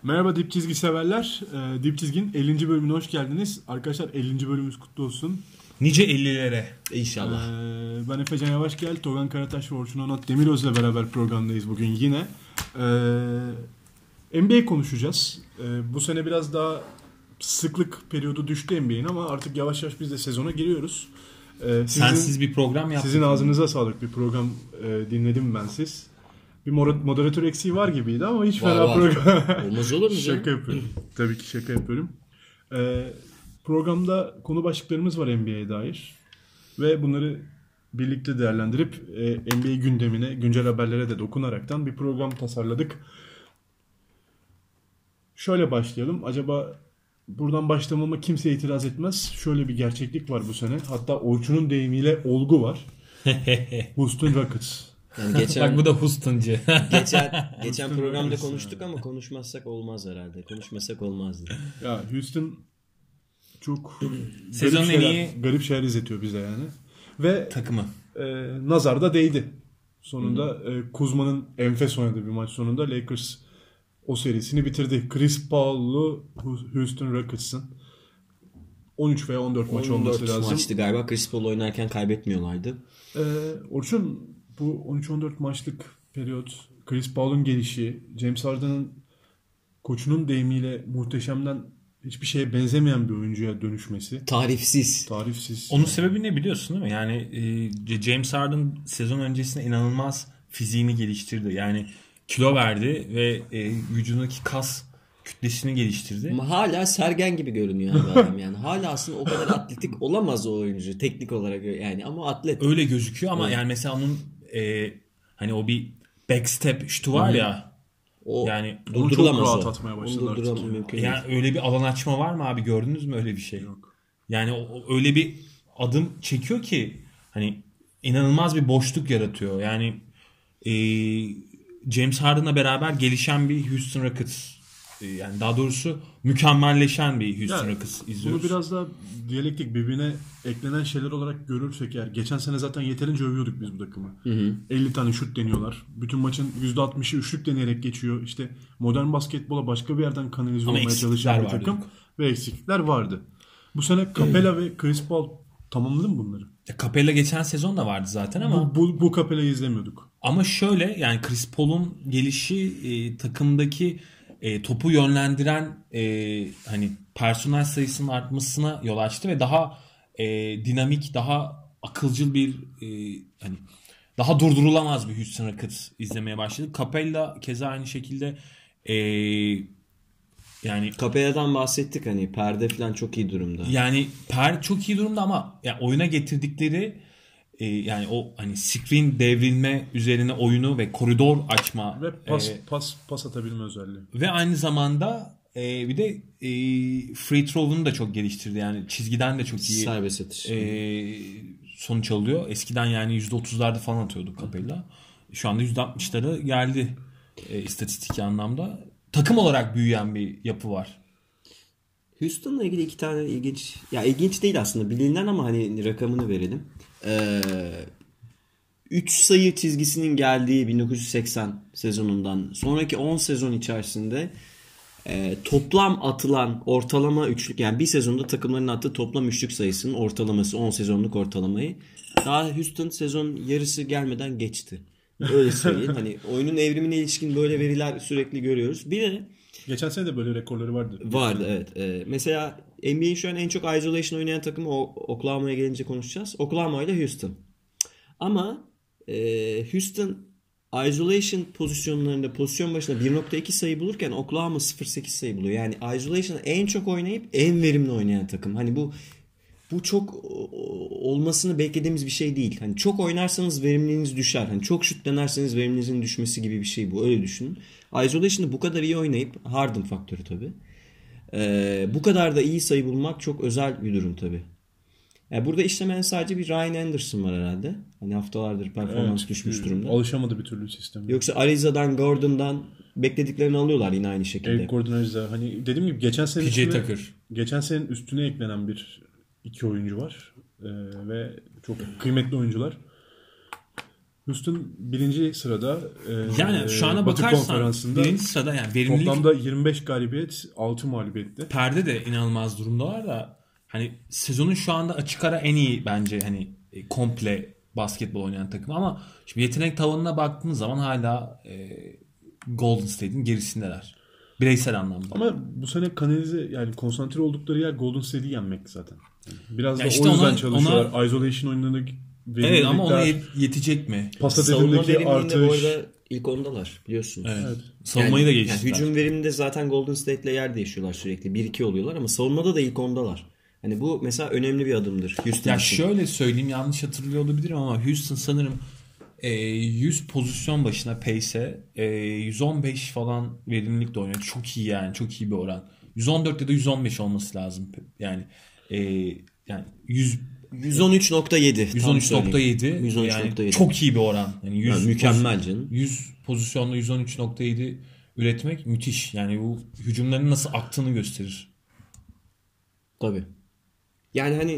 Merhaba Dip Çizgi severler. Dip Çizgi'nin 50. bölümüne hoş geldiniz. Arkadaşlar 50. bölümümüz kutlu olsun. Nice 50'lere. İnşallah. Ben Efecan Yavaşgel, Togan Karataş ve Orçun Onat Demiröz'le beraber programdayız bugün yine. NBA konuşacağız. Bu sene biraz daha sıklık periyodu düştü NBA'in ama artık yavaş yavaş biz de sezona giriyoruz. Sensiz bir program yaptık. Sizin ağzınıza sağlık, bir program dinledim ben siz. Bir moderatör eksiği var gibiydi ama hiç fena program. Olmaz olur mu? Şaka yapıyorum. Tabii ki şaka yapıyorum. Programda konu başlıklarımız var NBA'ye dair. Ve bunları birlikte değerlendirip NBA gündemine, güncel haberlere de dokunaraktan bir program tasarladık. Şöyle başlayalım. Acaba buradan başlamama kimse itiraz etmez. Şöyle bir gerçeklik var bu sene. Hatta Orçun'un deyimiyle olgu var. Houston Rockets. Yani geçen, Bak bu da Houston'cı. geçen programda konuştuk ama konuşmazsak olmaz herhalde. Konuşmasak olmazdı. Ya Houston çok Sezonun en iyi garip şeyler izletiyor bize yani. Ve takımı. nazar da değdi. Sonunda Kuzma'nın enfes oynadığı bir maç sonunda Lakers o serisini bitirdi. Chris Paul'lu Houston Rockets'ın 13 veya 14 maç olması lazım. 14 maçtı galiba. Chris Paul oynarken kaybetmiyorlardı. Orçun, bu 13-14 maçlık periyot, Chris Paul'un gelişi, James Harden'ın koçunun deyimiyle muhteşemden hiçbir şeye benzemeyen bir oyuncuya dönüşmesi. Tarifsiz. Onun sebebi ne biliyorsun değil mi? Yani James Harden sezon öncesinde inanılmaz fiziğini geliştirdi. Yani kilo verdi ve vücudundaki kas kütlesini geliştirdi. Ama hala Sergen gibi görünüyor abi adam yani. Hala aslında o kadar atletik olamaz o oyuncu teknik olarak yani ama atlet. Öyle gözüküyor ama evet. Yani mesela onun hani o bir backstep şutu var ya. O yani durdurulamaz çok rahat atmaya başladı artık. Yani öyle bir alan açma var mı abi? Gördünüz mü öyle bir şey? Yok. Yani öyle bir adım çekiyor ki hani inanılmaz bir boşluk yaratıyor. Yani James Harden'la beraber gelişen bir Houston Rockets, yani daha doğrusu mükemmelleşen bir Houston Rockets izliyoruz. Bunu biraz daha diyalektik, birbirine eklenen şeyler olarak görürsek eğer, geçen sene zaten yeterince övüyorduk biz bu takımı. 50 tane şut deniyorlar. Bütün maçın %60'ı üçlük deneyerek geçiyor. İşte modern basketbola başka bir yerden kanalize olmaya çalışan bir takım. Ve eksiklikler vardı. Bu sene Capela ve Chris Paul tamamladı mı bunları? Capela geçen sezon da vardı zaten ama bu Capela'yı izlemiyorduk. Ama şöyle, yani Chris Paul'un gelişi takımdaki topu yönlendiren hani personel sayısının artmasına yol açtı ve daha dinamik, daha akılcıl bir hani daha durdurulamaz bir Houston Rockets izlemeye başladık. Capela keza aynı şekilde yani Capela'dan bahsettik, hani perde falan çok iyi durumda. Yani çok iyi durumda ama yani oyuna getirdikleri yani o hani screen devrilme üzerine oyunu ve koridor açma ve pas atabilme özelliği. Ve aynı zamanda bir de free throw'unu da çok geliştirdi. Yani çizgiden de çok iyi serbest atış sonuç alıyor. Eskiden yani %30'larda falan atıyordu Capela. Şu anda %60'lara geldi istatistik anlamda. Takım olarak büyüyen bir yapı var. Houston'la ilgili iki tane ilginç, ya ilginç değil aslında, bilinen ama hani rakamını verelim. 3 sayı çizgisinin geldiği 1980 sezonundan sonraki 10 sezon içerisinde toplam atılan ortalama üçlük, yani bir sezonda takımların attığı toplam üçlük sayısının ortalaması, 10 sezonluk ortalamayı daha Houston sezon yarısı gelmeden geçti. Öyle söyleyeyim. Hani oyunun evrimine ilişkin böyle veriler sürekli görüyoruz. Bir de geçen sene de böyle rekorları vardı. Vardı, evet. Mesela NBA'in şu an en çok isolation oynayan takımı Oklahoma'ya gelince konuşacağız. Oklahoma ile Houston. Ama Houston isolation pozisyonlarında pozisyon başına 1.2 sayı bulurken Oklahoma 0.8 sayı buluyor. Yani isolation'ı en çok oynayıp en verimli oynayan takım. Hani bu çok olmasını beklediğimiz bir şey değil. Hani çok oynarsanız verimliliğiniz düşer. Hani çok şut denerseniz verimliliğinizin düşmesi gibi bir şey bu. Öyle düşünün. Isolation'ı bu kadar iyi oynayıp, Harden faktörü tabii, bu kadar da iyi sayı bulmak çok özel bir durum tabii. Yani burada işlemeyen sadece bir Ryan Anderson var herhalde. Hani haftalardır performans düşmüş durumda. Alışamadı bir türlü sisteme. Yoksa Ariza'dan, Gordon'dan beklediklerini alıyorlar yine aynı şekilde. Eric Gordon, Ariza. Hani dediğim gibi geçen senenin üstüne eklenen iki oyuncu var. Ve çok kıymetli oyuncular. Houston birinci sırada. Yani şu ana Batı bakarsan Konferansı'nda birinci sırada, yani verimlilik toplamda 25 galibiyet, 6 mağlubiyette. perde de inanılmaz durumdalar da hani sezonun şu anda açık ara en iyi bence hani komple basketbol oynayan takım, ama şimdi yetenek tavanına baktığınız zaman hala Golden State'in gerisindeler. Bireysel anlamda. Ama bu sene kanalize, yani konsantre oldukları yer Golden State'i yenmek zaten. Biraz Ya da işte o yüzden ona- çalışıyorlar. Isolation oyunlarındaki Evet, ama ona verimlilikler, yetecek mi? pas Savunma hedefindeki verimliliğinde bu artış. arada ilk ondalar biliyorsunuz. Evet. Savunmayı da Yani geçtiler. hücum veriminde zaten Golden State'le yer değişiyorlar sürekli. 1-2 oluyorlar ama savunmada da ilk ondalar. Hani bu mesela önemli bir adımdır Houston Ya için. şöyle söyleyeyim, yanlış hatırlıyor olabilirim ama Houston sanırım 100 pozisyon başına pace'e 115 falan verimlilikle oynuyor. Çok iyi yani. Çok iyi bir oran. 114 ya da 115 olması lazım. Yani yani 113.7. 113.7 yani 113.7. çok iyi bir oran. Yani 100 Yani mükemmel canım. 100 pozisyonda 113.7 üretmek müthiş. Yani bu hücumların nasıl aktığını gösterir. Tabii. Yani hani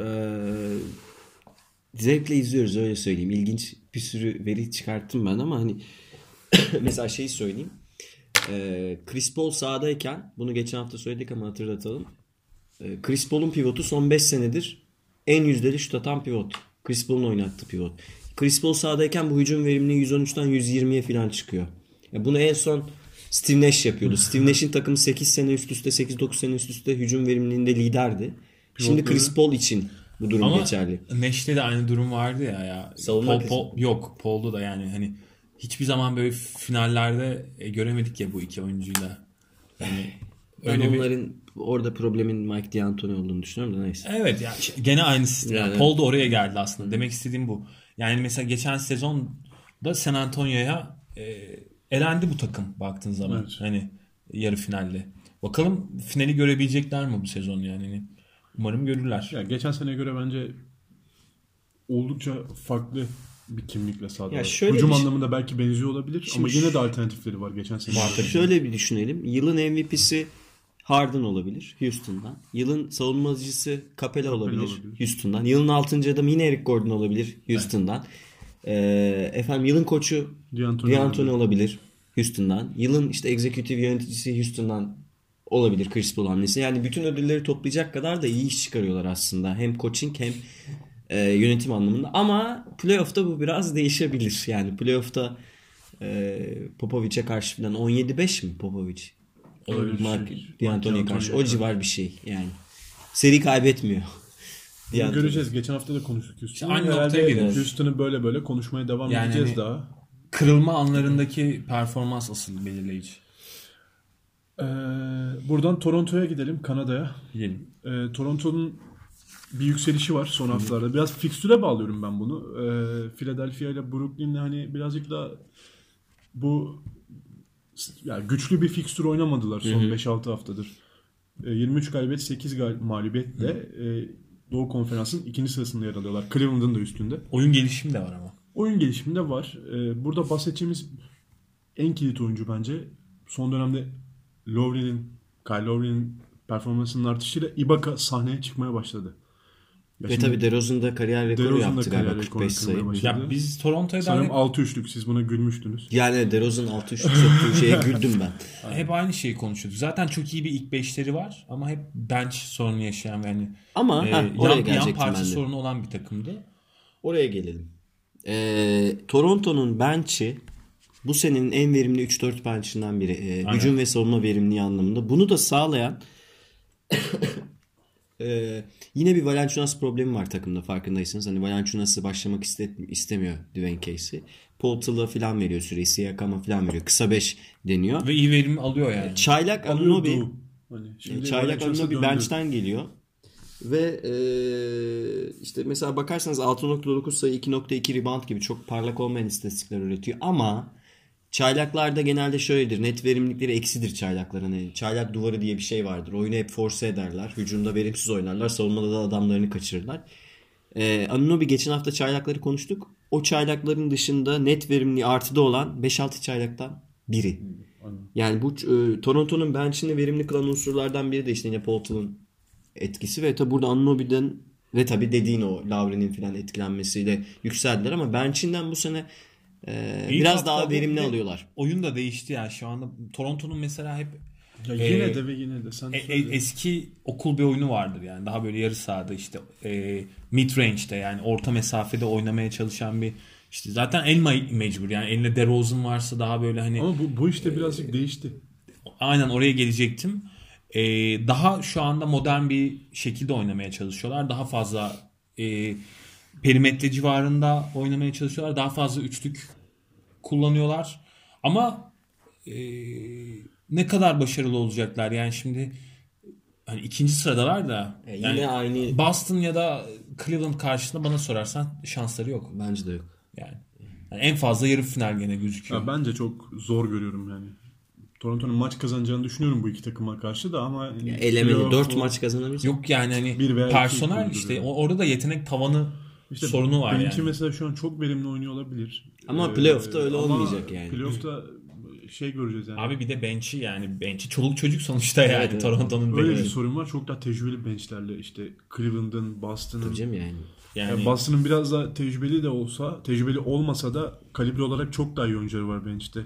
zevkle izliyoruz, öyle söyleyeyim. İlginç bir sürü veri çıkarttım ben ama hani mesela şeyi söyleyeyim. Chris Paul sahadayken, bunu geçen hafta söyledik ama hatırlatalım. Chris Paul'un pivotu son 5 senedir en yüzdeli şut atan pivot. Chris Paul'un oynattığı pivot. Chris Paul sahadayken bu hücum verimliliği 113'ten 120'ye falan çıkıyor. Bunu en son Steve Nash yapıyordu. Steve Nash'in takımı 8 sene üst üste, 8-9 sene üst üste hücum verimliliğinde liderdi. Şimdi Chris Paul için bu durum Ama geçerli. Nash'te de aynı durum vardı ya. Savunma Yok, Paul'da da yani hani hiçbir zaman böyle finallerde göremedik ya bu iki oyuncuyla. Yani Ben onların orada problemin Mike D'Antoni olduğunu düşünüyorum da neyse. Evet yani gene aynı sistem. Yani. Paul da oraya geldi aslında. Demek istediğim bu. Yani mesela geçen sezonda San Antonio'ya elendi bu takım baktığın zaman. Evet. Hani yarı finalde. Bakalım finali görebilecekler mi bu sezon yani? Hani umarım görürler. Ya geçen seneye göre bence oldukça farklı bir kimlikle sahada. Ya şöyle hücum bir şey- anlamında belki benziyor olabilir ama yine de alternatifleri var geçen sene. Şöyle bir düşünelim. Yılın MVP'si Harden olabilir Houston'dan. Yılın savunmacısı Capela olabilir Houston'dan. Yılın 6. adamı yine Eric Gordon olabilir Houston'dan. Yılın koçu D'Antoni olabilir Houston'dan. Yılın işte executive yöneticisi Houston'dan olabilir, Chris Paul hamlesi. Yani bütün ödülleri toplayacak kadar da iyi iş çıkarıyorlar aslında. Hem coaching hem yönetim anlamında. Ama playoff'ta bu biraz değişebilir. Yani playoff'ta Popovic'e karşı falan 17-5 mi Popovic? Olabilir. Mark D'Antoni'ye karşı. O D'Antoni'ye civar bir şey yani. Seri kaybetmiyor. Bunu göreceğiz. Geçen hafta da konuştuk Houston'ı. Aynı Herhalde noktaya geliyoruz. Houston'ı böyle konuşmaya devam Yani edeceğiz hani- daha. Kırılma anlarındaki performans asıl belirleyici. Buradan Toronto'ya gidelim, Kanada'ya. Diyelim. Toronto'nun bir yükselişi var son haftalarda. Biraz fikstüre bağlıyorum ben bunu. Philadelphia ile Brooklyn'le hani birazcık da bu yani güçlü bir fikstür oynamadılar son 5-6 haftadır. 23 galibiyet, 8 mağlubiyetle Doğu Konferansı'nın ikinci sırasında yer alıyorlar. Cleveland'ın da üstünde. Oyun gelişimi de var ama. Oyun gelişimi de var. Burada bahsedeceğimiz en kilit oyuncu bence son dönemde Kyle Lowry'nin performansının artışıyla Ibaka sahneye çıkmaya başladı. Ve tabii DeRozan da kariyer rekoru DeRozan da yaptı galiba, kariyer rekoru 45 sayı. kırmaya başladı. Ya biz Toronto'ya Sanırım dair 6-3'lük, siz buna gülmüştünüz. Yani DeRozan 6-3 soktuğu şeye güldüm ben. hep aynı şeyi konuşuyorduk. Zaten çok iyi bir ilk beşleri var ama hep bench sorunu yaşayan ve hani Ama oraya yan gelecektim parça ben de. sorunu olan bir takımdı. Oraya gelelim. Toronto'nun bench'i bu senenin en verimli 3-4 bench'inden biri. Hücum ve savunma verimliliği anlamında. Bunu da sağlayan yine bir Valanciunas problemi var takımda, farkındaysanız. Hani Valanciunas'ı başlamak istemiyor Dwayne Casey. Portal'a falan veriyor süreyi. Siakam'a falan veriyor. Kısa 5 deniyor. Ve iyi verim alıyor yani. Çaylak Anunoby Hani Çaylak Anunoby bench'ten geliyor. Ve işte mesela bakarsanız 6.9 sayı, 2.2 rebound gibi çok parlak olmayan istatistikler üretiyor. Ama çaylaklarda genelde şöyledir. Net verimlilikleri eksidir çaylakların. Yani çaylak duvarı diye bir şey vardır. Oyunu hep force ederler. Hücumda verimsiz oynarlar. Savunmada da adamlarını kaçırırlar. Anunoby, geçen hafta çaylakları konuştuk. O çaylakların dışında net verimli artıda olan 5-6 çaylaktan biri. Yani bu Toronto'nun bench'ini verimli kılan unsurlardan biri de işte yine Portal'ın etkisi ve tabi burada Anunoby'den Ve tabii dediğin o Lowry'nin falan etkilenmesiyle yükseldiler ama Bench'inden bu sene İlk biraz hafta daha bu verimli bir de alıyorlar. Oyun da değişti ya şu anda. Toronto'nun mesela hep Ya Ee, yine de ve yine de sen söyle. eski okul bir oyunu vardır yani. Daha böyle yarı sahada işte mid range'de yani orta mesafede oynamaya çalışan bir işte zaten mecbur yani eline DeRozan varsa daha böyle hani Ama bu işte birazcık değişti. aynen oraya gelecektim. Daha şu anda modern bir şekilde oynamaya çalışıyorlar. Daha fazla perimetre civarında oynamaya çalışıyorlar. Daha fazla üçlük kullanıyorlar. Ama e, ne kadar başarılı olacaklar? Yani şimdi hani ikinci sıradalar da Yine yani aynı Boston ya da Cleveland karşısında bana sorarsan şansları yok. bence de yok. Yani en fazla yarı final gene gözüküyor. Ya bence çok zor görüyorum yani. Toronto'nun maç kazanacağını düşünüyorum bu iki takıma karşı da ama Elemeli playoff'u 4 maç kazanamayacak. Yok yani hani Bir veya iki personel kurdu işte yani. orada da yetenek tavanı İşte sorunu var bench'i yani. mesela şu an çok verimli oynuyor olabilir. Ama playoff'ta öyle ama olmayacak yani. Playoff'ta şey göreceğiz yani. Abi bir de bench'i çoluk çocuk sonuçta yani Evet. Toronto'nun Öyle bir bench'i. sorun var. Çok daha tecrübeli benchlerle işte Cleveland'ın, Boston'ın. Tabii canım yani. Yani Boston'ın biraz daha tecrübeli de olsa, tecrübeli olmasa da kalibre olarak çok daha iyi oyuncuları var bench'te.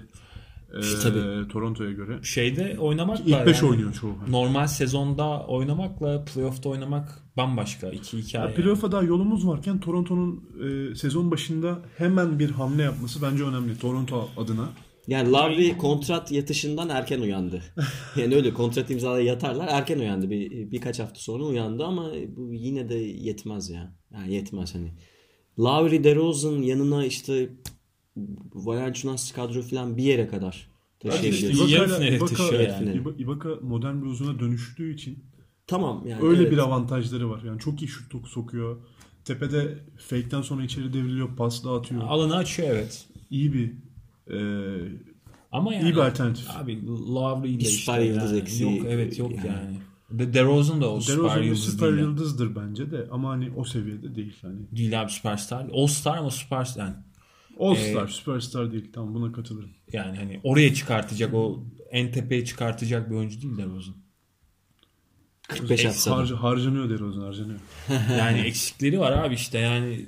Tabii. Toronto'ya göre. şeyde oynamakla İlk 5 yani oynuyor çoğu. normal sezonda oynamakla playoff'ta oynamak bambaşka iki hikaye. Ya playoff'a daha yolumuz varken Toronto'nun sezon başında hemen bir hamle yapması bence önemli Toronto adına. Yani Lowry kontrat yatışından erken uyandı. Yani öyle kontrat imzalaya yatarlar erken uyandı. Birkaç hafta sonra uyandı ama bu yine de yetmez ya. Yani yetmez hani. Lowry, DeRozan yanına işte Valanciunas kadro falan bir yere kadar taşıyabilir. işte yarı finale taşıyor yani. Ibaka modern bir uzuna dönüştüğü için Tamam yani öyle evet. bir avantajları var. Yani çok iyi şut sokuyor. Tepede fake'ten sonra içeri devriliyor, pas dağıtıyor. Alanı açıyor evet. İyi bir Ama yani iyi bir alternatif. abi Lowry ile Bir işte süper yıldız yani. eksiği Yok evet yok yani. yani. DeRozan da o süper DeRozan bir yıldız süper değil. yıldızdır bence de ama hani o seviyede değil hani. Değil abi süperstar. All Star ama süperstar yani. All Star, süperstar değil. Tamam buna katılırım. Yani hani oraya çıkartacak o en tepeye çıkartacak bir oyuncu değil DeRozan. 45 atsa da. Harcanıyor DeRozan, harcanıyor. Yani eksikleri var abi işte yani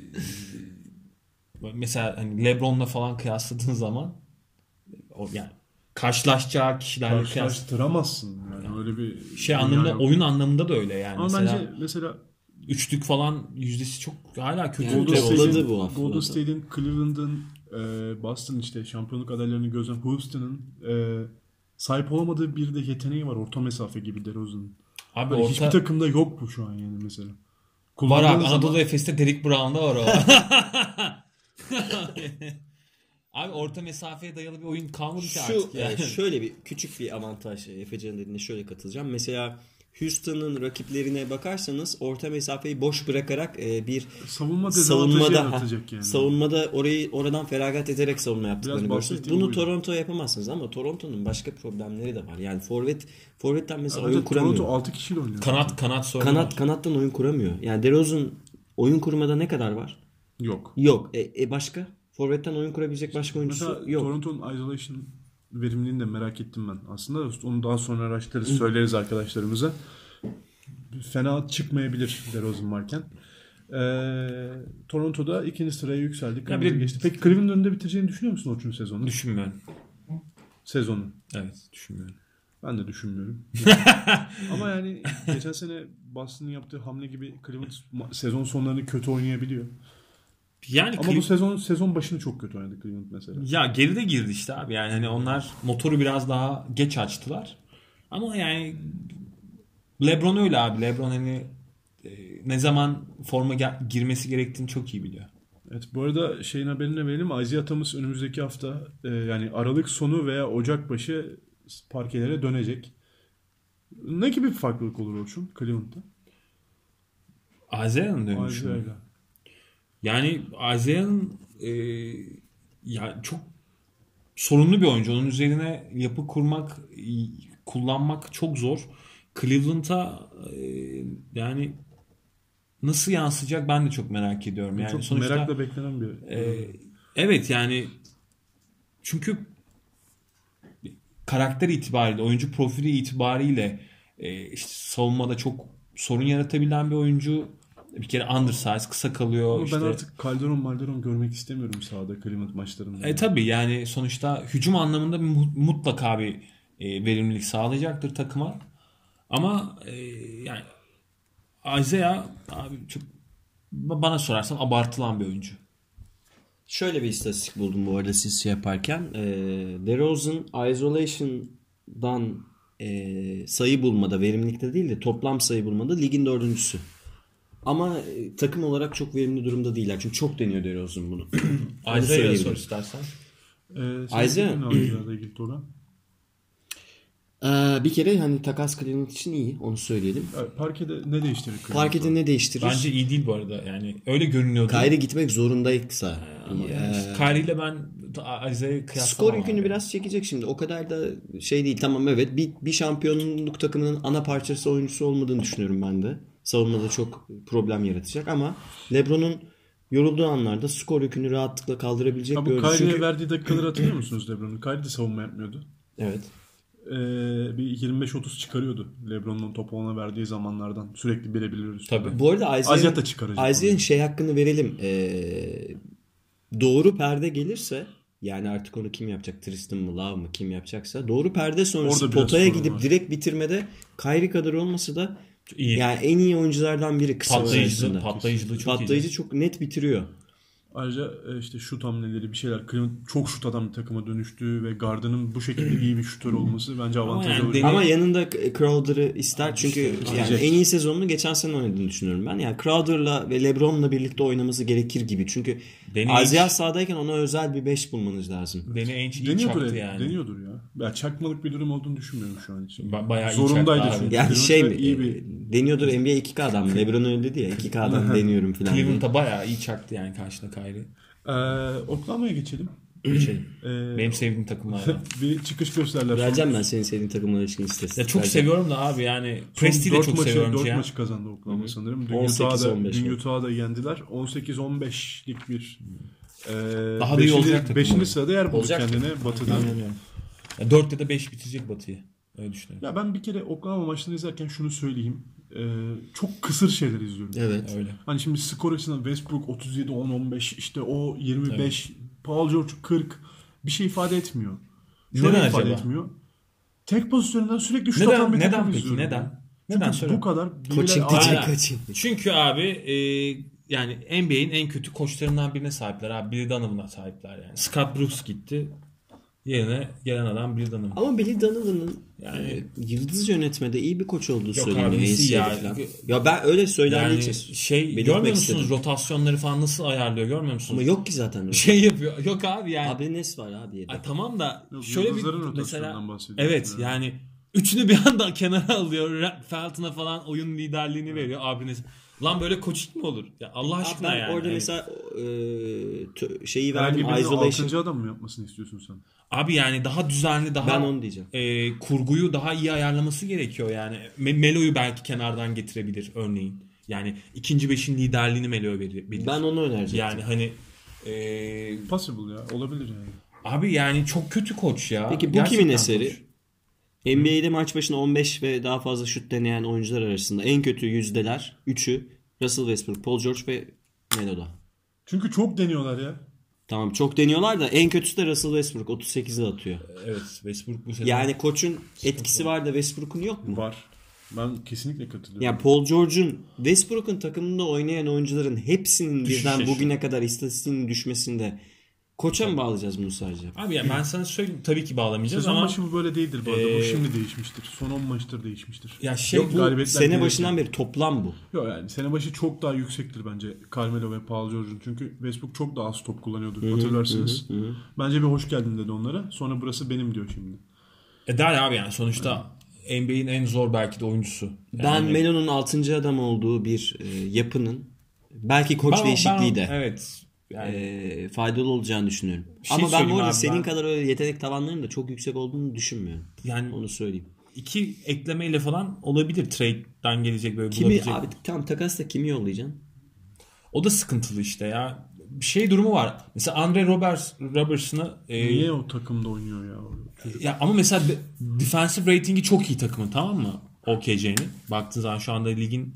mesela hani LeBron'la falan kıyasladığın zaman o yani karşılaşacağı kişilerle kıyas Karşılaştıramazsın yani öyle bir şey dünya anlamında yok. oyun anlamında da öyle yani. Ama Mesela bence mesela üçlük falan yüzdesi çok hala kötü. Yani Golden Topladı State'in, bu hafta Golden zaten. State'in, Cleveland'ın, Boston işte şampiyonluk adaylarını gözlem Houston'ın sahip olamadığı bir de yeteneği var orta mesafe gibi DeRozan'ın. Abi Hani orta hiçbir takımda yok bu şu an yani mesela. var Kullandığın abi zaman- Anadolu Efes'te Derrick Brown'da var o. Abi orta mesafeye dayalı bir oyun kalmadı ki artık yani. Şöyle bir küçük bir avantaj Efecan'ın dediğine şöyle katılacağım. Mesela Houston'ın rakiplerine bakarsanız orta mesafeyi boş bırakarak bir savunma dezavantajı savunmada yaratacak yani. savunmada oradan feragat ederek savunma yaptıklarını Biraz görürsünüz. bahsettiğim Bunu buydu. Toronto'ya yapamazsınız ama Toronto'nun başka problemleri de var. Yani forvetten mesela Bence oyun kuramıyor. Toronto 6 kişiyle oynuyor. Kanat sorunu var. Kanattan oyun kuramıyor. Yani DeRozan oyun kurmada ne kadar var? Yok. Yok. Başka? Forvetten oyun kurabilecek başka oyuncusu Mesela yok. Toronto'nun isolation verimliliğini de merak ettim ben. Aslında onu daha sonra araştırırız, söyleriz arkadaşlarımıza. Fena çıkmayabilir DeRozan varken. Toronto'da ikinci sıraya yükseldi. Ya bir de- Geçti. Peki Cleveland'ın önünde bitireceğini düşünüyor musun Orçun sezonu? Düşünmüyorum. Sezonu. Evet düşünmüyorum. Ben de düşünmüyorum. Ama yani geçen sene Boston'ın yaptığı hamle gibi Cleveland sezon sonlarını kötü oynayabiliyor. Yani Ama bu sezon başını çok kötü oynadı Cleveland mesela. ya geride girdi işte abi. Yani hani onlar motoru biraz daha geç açtılar. Ama yani LeBron öyle abi. LeBron hani ne zaman forma girmesi gerektiğini çok iyi biliyor. Evet, bu arada şeyin haberini verelim. Isaiah Thomas önümüzdeki hafta yani Aralık sonu veya Ocak başı parkelere dönecek. Ne gibi bir farklılık olur Orçun Cleveland'da? Isaiah'ın dönüşü. Isaiah'la. Yani Isaiah'ın ya çok sorunlu bir oyuncu. Onun üzerine yapı kurmak, kullanmak çok zor. Cleveland'a yani nasıl yansıyacak ben de çok merak ediyorum. Yani Çok sonuçta merakla beklenen bir. evet yani çünkü karakter itibariyle, oyuncu profili itibariyle işte savunmada çok sorun yaratabilen bir oyuncu. Bir kere undersize, kısa kalıyor. Ama işte. ben artık Calderon görmek istemiyorum sahada Cleveland maçlarında. Tabii yani sonuçta hücum anlamında mutlaka bir verimlilik sağlayacaktır takıma. Ama yani Isaiah abi çok bana sorarsan abartılan bir oyuncu. Şöyle bir istatistik buldum bu arada siz yaparken. DeRozan isolation'dan sayı bulmada, verimlilikte değil de toplam sayı bulmada ligin 4.'sü. Ama takım olarak çok verimli durumda değiller. Çünkü çok deniyor DeRozan bunu. Isaiah'ya sor istersen. Isaiah bir kere hani takas Cleveland için iyi. Onu söyleyelim. Parkede ne değiştirir? Parkede ne değiştirir? Bence iyi değil bu arada. Yani öyle görünüyordu. Kyrie gitmek zorundaysa. Kyrie ile ben Isaiah'ı kıyaslamam. Skor yükünü biraz çekecek şimdi. O kadar da şey değil. Tamam evet. Bir şampiyonluk takımının ana parçası oyuncusu olmadığını düşünüyorum ben de. Savunmada çok problem yaratacak ama LeBron'un yorulduğu anlarda skor yükünü rahatlıkla kaldırabilecek bir oyuncu. Kyrie'ye verdiği dakikaları hatırlıyor musunuz LeBron'un? Kyrie de savunma yapmıyordu. Evet. Bir 25-30 çıkarıyordu LeBron'un topu ona verdiği zamanlardan. Sürekli birebir üstüne. Tabii. Bu arada Isaiah da çıkaracak. Isaiah'ın şey hakkını verelim. Doğru perde gelirse yani artık onu kim yapacak? Tristan mı Love mı kim yapacaksa doğru perde sonrası Orada biraz potaya sorun gidip var. direkt bitirmede Kyrie kadar olmasa da İyi. yani en iyi oyunculardan biri kısa arasında. Patlayıcılığı çok iyi. Patlayıcı çok net bitiriyor. Ayrıca işte şut hamleleri bir şeyler. Cleveland çok şut adam bir takıma dönüştü ve Garden'ın bu şekilde iyi bir şutör olması bence avantajı yani olur. Ama yanında Crowder'ı ister çünkü yani diyecek. en iyi sezonunu geçen sene oynadığını düşünüyorum ben. Yani Crowder'la ve LeBron'la birlikte oynaması gerekir gibi. Çünkü Isaiah sahadayken ona özel bir 5 bulmanız lazım. Danny Ainge iyi Deniyordur, çaktı yani. Deniyordur ya. Ya çakmalık bir durum olduğunu düşünmüyorum şu an için. Bayağı iyi Zorundaydı çaktı çünkü. abi. Yani şey mi? İyi bir... Deniyordur NBA 2K'dan. LeBron öyle dedi ya. 2K'dan deniyorum falan. diye. Cleveland'a bayağı iyi çaktı yani karşında Kyrie. Oklahoma'ya geçelim. Benim sevdiğim takımlardan. Bir çıkış gösterler. Vereceğim ben senin sevdiğin takımlar ilişkin istatistik. Ya çok Vereceğim. seviyorum da abi yani Presti'yi de çok seviyorum. 4 ya. maçı kazandı Oklahoma sanırım. Dün 18-15 Utah'da da yendiler. 18-15'lik bir Daha da iyi olacak takım 5. bu. sırada yer buldu Olacak. kendine Batı'dan. Ya 4 ya da 5 bitirecek Batı'yı. Öyle düşünüyorum. Ya ben bir kere Oklahoma maçlarını izlerken şunu söyleyeyim. Çok kısır şeyler izliyorum. Evet. Öyle. Hani şimdi skor açısından Westbrook 37-10-15 işte o 25 Paul George 40 bir şey ifade etmiyor. Şöyle Neden ifade acaba? etmiyor. Tek pozisyonundan sürekli şut atan bir Neden takım peki? izliyorum. Neden? Neden Çünkü söyle? bu kadar Coaching birbirine- diyecek Aynen. coaching. Çünkü abi yani NBA'in en kötü koçlarından birine sahipler abi. Billy Donovan'a sahipler yani. Scott Brooks gitti. Yerine gelen adam Billy Donovan. Ama Billy Donovan'ın Yani- yıldız yönetmede iyi bir koç olduğu Yok söyleniyor. abi, nesi NCAA ya? falan. Ya ben öyle söylendiği Yani için şey belirtmek görmüyor musunuz istedim. rotasyonları falan nasıl ayarlıyor görmüyor musunuz? Ama yok ki zaten. Şey yapıyor. Yok abi yani. Abi Nes var abi yedek. Ay, tamam da Yok, şöyle bir yıldızların mesela rotasyonundan bahsediyorsun evet ya. yani üçünü bir anda kenara alıyor. Felton'a falan oyun liderliğini veriyor. Abi lan böyle coaching mi olur? Ya Allah Abi aşkına ben yani. orada Yani- mesela şeyi Herhangi verdim birinin isolation. 6. adam mı yapmasını istiyorsun sen? Abi yani daha düzenli, daha Ben onu diyeceğim. kurguyu daha iyi ayarlaması gerekiyor yani. Melo'yu belki kenardan getirebilir örneğin. Yani ikinci beşin liderliğini Melo verir. Ben onu önerecektim. yani hani Possible ya. Olabilir yani. abi yani çok kötü koç ya. Peki bu Gerçekten kimin eseri? koç. NBA'de maç başına 15 ve daha fazla şut deneyen oyuncular arasında en kötü yüzdeler 3'ü Russell Westbrook, Paul George ve Melo'da. Çünkü çok deniyorlar ya. Tamam çok deniyorlar da en kötüsü de Russell Westbrook 38'i atıyor. Evet Westbrook bu sezon. Yani koçun etkisi var da Westbrook'un yok mu? Var. Ben kesinlikle katılıyorum. Yani Paul George'un Westbrook'un takımında oynayan oyuncuların hepsinin birden Düşüşü. bugüne kadar istatistiğinin düşmesinde koça mı bağlayacağız bunu sadece? Abi yani ben sana söyleyeyim tabii ki bağlamayacağız Sezon ama başı bu böyle değildir bu arada. Bu şimdi değişmiştir. Son 10 maçtır değişmiştir. ya şey Yok bu galibiyetler sene gelirken. başından beri toplam bu. Yok yani sene başı çok daha yüksektir bence Carmelo ve Paul George'un. Çünkü Westbrook çok daha az top kullanıyordu. Hatırlarsınız. Bence bir hoş geldin dedi onlara. Sonra burası benim diyor şimdi. der abi yani sonuçta NBA'in en zor belki de oyuncusu. Ben Yani Melo'nun 6. adam olduğu bir yapının belki koç değişikliği de evet. Yani faydalı olacağını düşünüyorum. şey Ama ben bu söyleyeyim arada abi, senin ben- kadar öyle yetenek tavanlarının da çok yüksek olduğunu düşünmüyorum. yani Onu söyleyeyim. iki eklemeyle falan olabilir trade'den gelecek böyle Kimi bulabilecek. abi tam takasla kimi yollayacaksın? O da sıkıntılı işte ya. Bir şey durumu var. Mesela Andre Robertson'ı Niye o takımda oynuyor ya? O çocuk? ya ama mesela defensive ratingi çok iyi takımın tamam mı? OKC'nin. Baktığın zaman şu anda ligin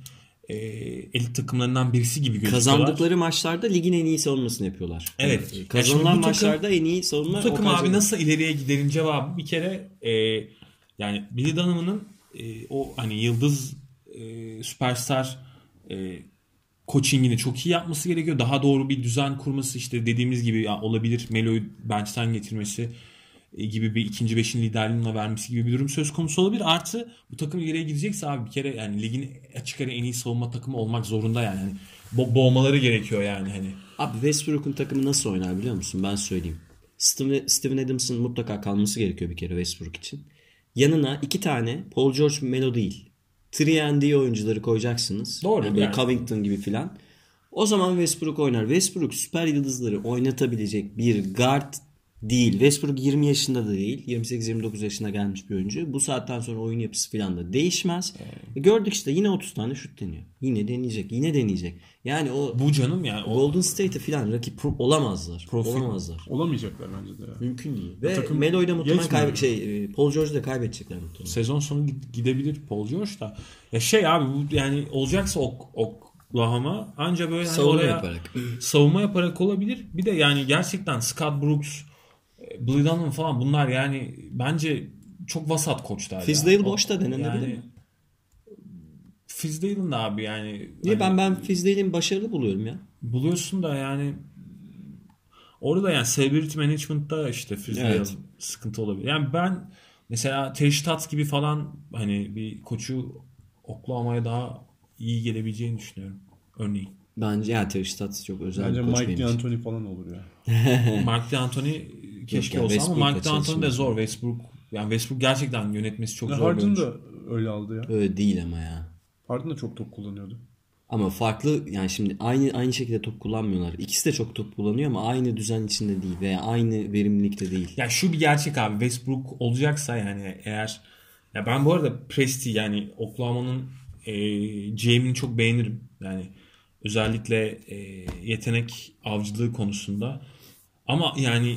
elit takımlarından birisi gibi gözüküyorlar. Kazandıkları maçlarda ligin en iyi savunmasını yapıyorlar. Evet. Yani kazanılan maçlarda en iyi savunma. Bu takım abi nasıl ileriye giderin cevabı bir kere yani Billy Donovan'ın o hani yıldız süperstar coachingini çok iyi yapması gerekiyor. Daha doğru bir düzen kurması, işte dediğimiz gibi olabilir. Melo'yu bench'ten getirmesi gibi bir ikinci beşin liderliğine vermesi gibi bir durum söz konusu olabilir. Artı bu takım ileriye gidecekse abi bir kere yani ligin açık ara en iyi savunma takımı olmak zorunda yani. Hani boğmaları gerekiyor yani hani. Abi Westbrook'un takımı nasıl oynar biliyor musun? Ben söyleyeyim. Steven Adams'ın mutlaka kalması gerekiyor bir kere Westbrook için. Yanına 2 tane Paul George, Melo değil, 3&D oyuncuları koyacaksınız. Doğru. Yani böyle Covington gibi filan. O zaman Westbrook oynar. Westbrook süper yıldızları oynatabilecek bir guard değil. Westbrook 20 yaşında da değil. 28-29 yaşına gelmiş bir oyuncu. Bu saatten sonra oyun yapısı falan da değişmez. Gördük işte yine 30 tane şut deniyor. Yine deneyecek. Yine deneyecek. Yani o Bu canım yani. Golden State'e falan rakip olamazlar. Olamazlar. Olamayacaklar bence de ya. Mümkün değil. Ve takım Melo'yu da muhtemelen yetmiyor. Paul George'u da kaybedecekler muhtemelen. Sezon sonu gidebilir Paul George da. Ya şey abi bu yani olacaksa Oklahoma anca böyle hani oraya savunma yaparak olabilir. Bir de yani gerçekten Scott Brooks, Billy Donovan falan bunlar yani bence çok vasat koçlar. Fizdale boş da denenebilir yani, mi? Fizdale'ın da abi yani. Niye hani, ben Fizdale'in başarılı buluyorum ya. buluyorsun da yani orada yani celebrity management'ta işte Fizdale Evet. sıkıntı olabilir. Yani ben mesela Terry Stotts gibi falan hani bir koçu Oklahoma'ya daha iyi gelebileceğini düşünüyorum. Örneğin. Bence yani Terry Stotts çok özel Bence bir koç Mike benim için. D'Antoni falan olur ya. Mike D'Antoni keşke yani olsa ama Westbrook'la Mike D'Antoni de çalışması. zor. Westbrook gerçekten yönetmesi çok zor bir Harden oyuncu. da öyle aldı ya. Öyle değil ama ya. Harden da çok top kullanıyordu. Ama farklı yani şimdi aynı şekilde top kullanmıyorlar. İkisi de çok top kullanıyor ama aynı düzen içinde değil veya aynı verimlilikte değil. Ya şu bir gerçek abi, Westbrook olacaksa yani eğer, ya ben bu arada Presti yani Oklahoma'nın GM'ini çok beğenirim. Yani özellikle yetenek avcılığı konusunda. Ama yani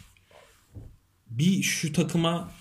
bir şu takıma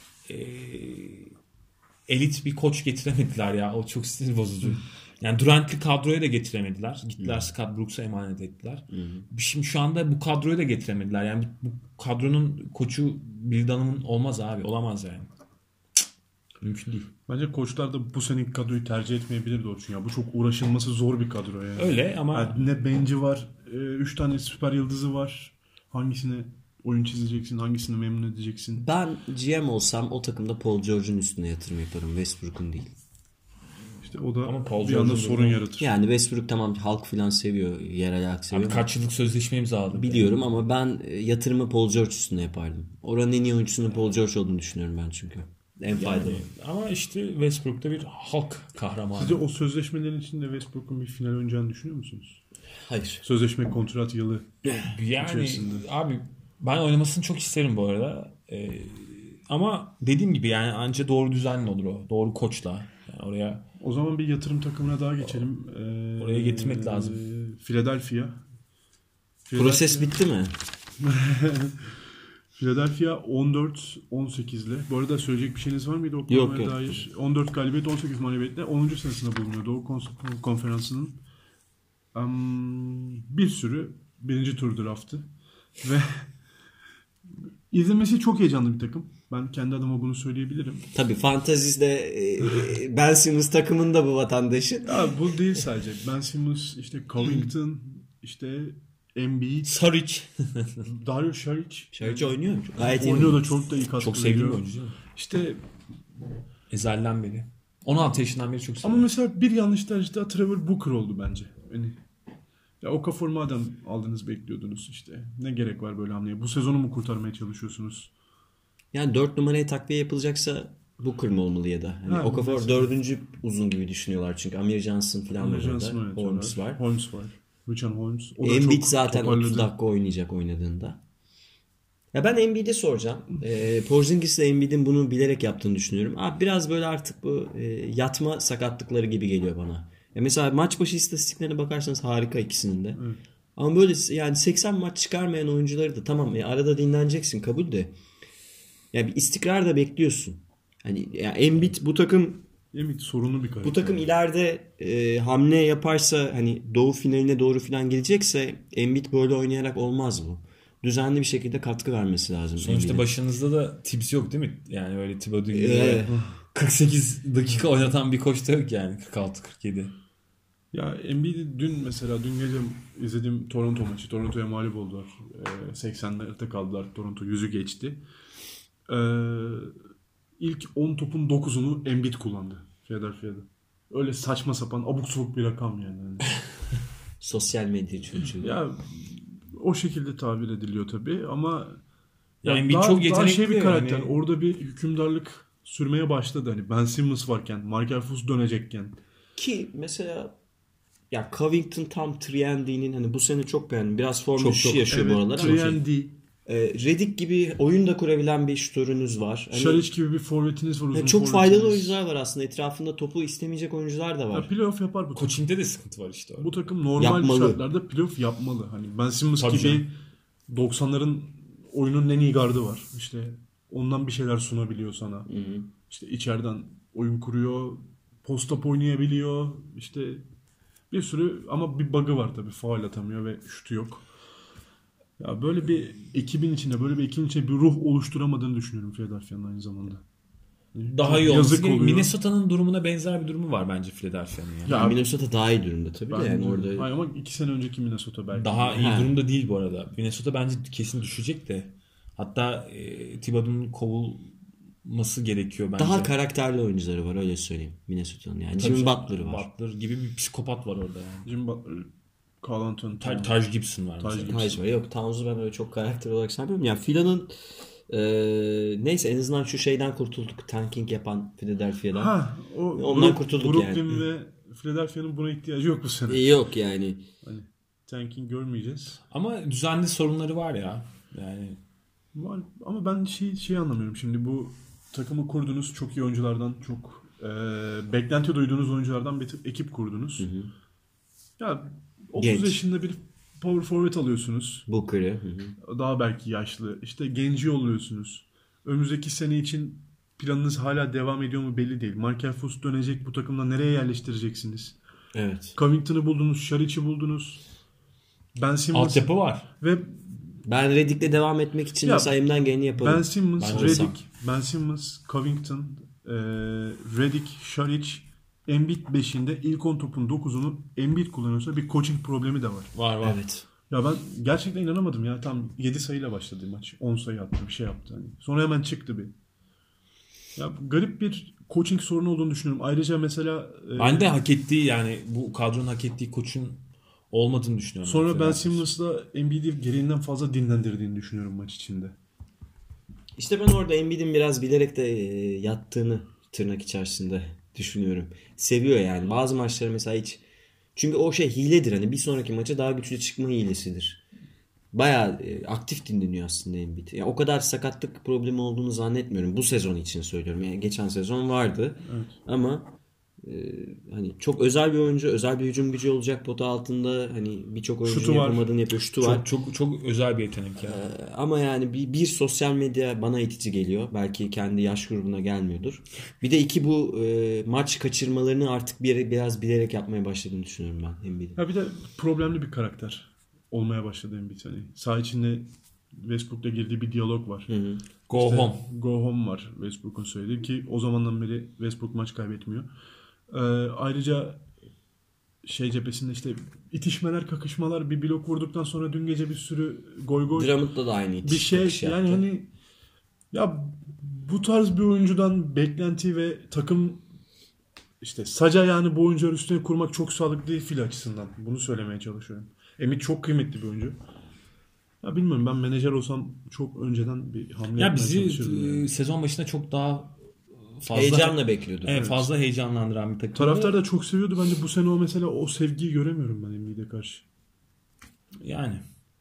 elit bir koç getiremediler ya. O çok sinir bozucu. Yani Durant'li kadroya da getiremediler. Gittiler Scott Brooks'a emanet ettiler. Şimdi şu anda bu kadroyu da getiremediler. Yani bu kadronun koçu Bill Donovan'ın olmaz abi. Olamaz yani. Mümkün değil. Bence koçlar da bu seneki kadroyu tercih etmeyebilir doğru çünkü. Ya bu çok uğraşılması zor bir kadro yani. Öyle ama Yani ne bench'i var, 3 tane süper yıldızı var. Hangisine oyun çizeceksin, hangisini memnun edeceksin? Ben GM olsam o takımda Paul George'un üstüne yatırım yaparım. Westbrook'un değil. İşte o da Ama Paul bir anda George'un sorun da- yaratır. Yani Westbrook tamam halk filan seviyor. Yerel halk seviyor. abi kaç yıllık sözleşme imzaladı. Biliyorum ama ben yatırımı Paul George üstüne yapardım. Oranın en iyi oyuncusunun Paul George olduğunu düşünüyorum ben çünkü. En faydalı. Yani, ama işte Westbrook'ta bir halk kahramanı. Sizce o sözleşmelerin içinde Westbrook'un bir final oynayacağını düşünüyor musunuz? Hayır. Sözleşme, kontrat yılı. Yani içerisinde. abi ben oynamasını çok isterim bu arada. Ama dediğim gibi yani anca doğru düzenli olur o. Doğru koçla. Yani oraya O zaman bir yatırım takımına daha geçelim. Oraya getirmek lazım. Philadelphia. Proses bitti mi? Philadelphia 14-18 ile. Bu arada söyleyecek bir şeyiniz var mıydı Oklahoma'ya Yok. dair? 14 galibiyet, 18 mağlubiyetle 10. sırasında bulunuyor Doğu Konferansı'nın. Bir sürü birinci tur draftı. Ve izlemesi çok heyecanlı bir takım. Ben kendi adıma bunu söyleyebilirim. Tabii Fantazis'de Ben Simmons takımında bu vatandaşın. Ya bu değil sadece. Ben Simmons, işte Covington, işte Embiid, Saric. Dario Saric. Şarkı oynuyor mu? Gayet iyi. Oynuyor da çok da iyi katkı Çok sevdiğim veriyor. oyuncu değil mi? İşte Ezelden beri. 16 yaşından beri çok ama seviyorum. mesela bir yanlış tercih daha Trevor Booker oldu bence. Yani ya Okafor madem aldınız bekliyordunuz işte. Ne gerek var böyle hamleye? Bu sezonu mu kurtarmaya çalışıyorsunuz? Yani 4 numaraya takviye yapılacaksa Booker mı olmalı ya da? Hani Ha, Okafor mesela. 4. uzun gibi düşünüyorlar çünkü Amir Johnson falan var orada. Holmes var. Holmes var. Richard Holmes. O da Embiid çok zaten toparladı. 30 dakika oynayacak oynadığında. Ya ben Embiid'e soracağım. Porzingis'le Embiid'in bunu bilerek yaptığını düşünüyorum. Abi biraz böyle artık bu yatma sakatlıkları gibi geliyor bana. Ya mesela maç başı istatistiklerine bakarsanız harika ikisinin de. Evet. Ama böyle yani 80 maç çıkarmayan oyuncuları da tamam ya arada dinleneceksin kabul de. Ya bir istikrar da bekliyorsun. Hani ya Embiid bu takım Embiid sorunlu bir karakter. Bu takım ileride hamle yaparsa hani doğu finaline doğru falan gelecekse Embiid böyle oynayarak olmaz bu. Düzenli bir şekilde katkı vermesi lazım. Sonuçta Embiid'in. başınızda da Tibbs yok değil mi? Yani öyle Thibodeau gibi Evet. 48 dakika oynatan bir koç da yok yani 46-47. Ya Embiid'i dün gece izlediğim Toronto maçı. Toronto'ya mağlup oldular. 80'lerde kaldılar. Toronto 100'ü geçti. İlk 10 topun 9'unu Embiid kullandı Philadelphia'da. Öyle saçma sapan abuk sabuk bir rakam yani. Sosyal medya çocuğu. Ya o şekilde tabir ediliyor tabii ama Yani Embiid çok daha şey bir yetenekli karakter. yani. Orada bir hükümdarlık sürmeye başladı. Hani Ben Simmons varken, Markelle Fultz dönecekken. Ki mesela ya Covington tam Triandi'nin hani bu sene çok beğendim. Biraz form Çok, düşüşü çok. yaşıyor bu aralar ama Triandy, Redick gibi oyun da kurabilen bir şutörünüz var. Hani, Şaric gibi bir forvetiniz var. Uzun çok forvetiniz. faydalı oyuncular var aslında. Etrafında topu istemeyecek oyuncular da Ya var. playoff yapar bu takım. Coaching'de de sıkıntı var işte orada. Bu takım normal Yapmalı. şartlarda playoff yapmalı. Hani Ben Simmons Tabii gibi canım. 90'ların oyunun en iyi gardı var. İşte ondan bir şeyler sunabiliyor sana. İşte içeriden oyun kuruyor, post-up oynayabiliyor. İşte bir sürü ama bir bug'ı var tabii. Faul atamıyor ve şutu yok. Ya böyle bir ekibin içinde bir ruh oluşturamadığını düşünüyorum Philadelphia'nın aynı zamanda. Daha iyi olması Yazık gerekiyor. oluyor. Minnesota'nın durumuna benzer bir durumu var bence Philadelphia'nın yani. Ya Minnesota daha iyi durumda tabii de yani Bence- orada Hayır ama 2 sene önceki Minnesota belki. Daha iyi Ha. durumda değil bu arada. Minnesota bence kesin düşecek de. Hatta Thibodeau'nun kovulması gerekiyor bence. daha karakterli oyuncuları var öyle söyleyeyim Minnesota'nın yani. Tabii Jimmy canım, Butler var. Butler gibi bir psikopat var orada yani. Jim Butler, Karl Anthony Towns. Taj Gibson var Taj mesela. Gibson. Hayır var. Yok Towns'u ben öyle çok karakter olarak saymıyorum. Yani Fila'nın neyse en azından şu şeyden kurtulduk. Tanking yapan Philadelphia'dan. Ha, Ondan kurtulduk Brooklyn yani. ve Philadelphia'nın buna ihtiyacı yok bu sene. Yok yani. Hani tanking görmeyeceğiz. Ama düzenli sorunları var ya. Yani Var. Ama ben şey anlamıyorum. Şimdi bu takımı kurdunuz. Çok iyi oyunculardan, çok beklenti duyduğunuz oyunculardan bir ekip kurdunuz. Ya 30 Genç. yaşında bir power forward alıyorsunuz. Booker'ı. Daha belki yaşlı. İşte genci yolluyorsunuz. Önümüzdeki sene için planınız hala devam ediyor mu belli değil. Markelle Fultz dönecek. Bu takımda nereye yerleştireceksiniz? Evet. Covington'ı buldunuz. Şaric'i buldunuz. Ben Simmons altyapı var. ve Ben Redick'le devam etmek için Ya, mesela elimden geleni yaparım. Ben Simmons, Ben olsam. Ben Simmons, Covington, Redick, Şaric, Embiid 5'inde ilk 10 topun 9'unu Embiid kullanıyorsa bir coaching problemi de var. Var. Evet. Ya ben gerçekten inanamadım ya. Tam 7 sayıyla başladı maç. 10 sayı attı, bir şey yaptı. Hani. Sonra hemen çıktı bir. Ya garip bir coaching sorunu olduğunu düşünüyorum. Ayrıca mesela Ben de hak ettiği yani bu kadronun hak ettiği koçun olmadığını düşünüyorum. sonra Ben Mesela. Simmons'la Embiid'i gereğinden fazla dinlendirdiğini düşünüyorum maç içinde. İşte ben orada Embiid'in biraz bilerek de yattığını tırnak içerisinde düşünüyorum. Seviyor yani. Bazı maçları mesela hiç... Çünkü o şey hiledir. Hani bir sonraki maça daha güçlü çıkma hilesidir. Bayağı aktif dinleniyor aslında Embiid. Yani o kadar sakatlık problemi olduğunu zannetmiyorum. Bu sezon için söylüyorum. Yani geçen sezon vardı. Evet. Ama hani çok özel bir oyuncu, özel bir hücum gücü olacak pota altında. Hani birçok oyuncunun Şutu var. yapamadığını yapıyor. Şutu var. Çok özel bir yetenek ya. Ama yani bir sosyal medya bana itici geliyor. Belki kendi yaş grubuna gelmiyordur. Bir de iki bu maç kaçırmalarını artık biraz bilerek yapmaya başladığını düşünüyorum ben Embiid'in. Ya bir de problemli bir karakter olmaya başladı Embiid. Hani saha içinde Westbrook'la girdiği bir diyalog var. Go İşte home. Go home var Westbrook'un söylediği ki o zamandan beri Westbrook maç kaybetmiyor. Ayrıca şey cephesinde işte itişmeler, kakışmalar, bir blok vurduktan sonra dün gece bir sürü goy Drummond'da da aynı bir şey çıkış yani yaptı. hani ya bu tarz bir oyuncudan beklenti ve takım işte sac ayağını bu oyuncular üstüne kurmak çok sağlıklı değil fil açısından. Bunu söylemeye çalışıyorum. Embiid çok kıymetli bir oyuncu. Ya bilmiyorum ben menajer olsam çok önceden bir hamle Ya yapmaya bizi çalışırdım. Yani. sezon başında çok daha fazla Heyecanla bekliyorduk. Evet, fazla heyecanlandıran bir takım. Taraftar da çok seviyordu. Bence bu sene o mesela o sevgiyi göremiyorum ben Embiid'e karşı. Yani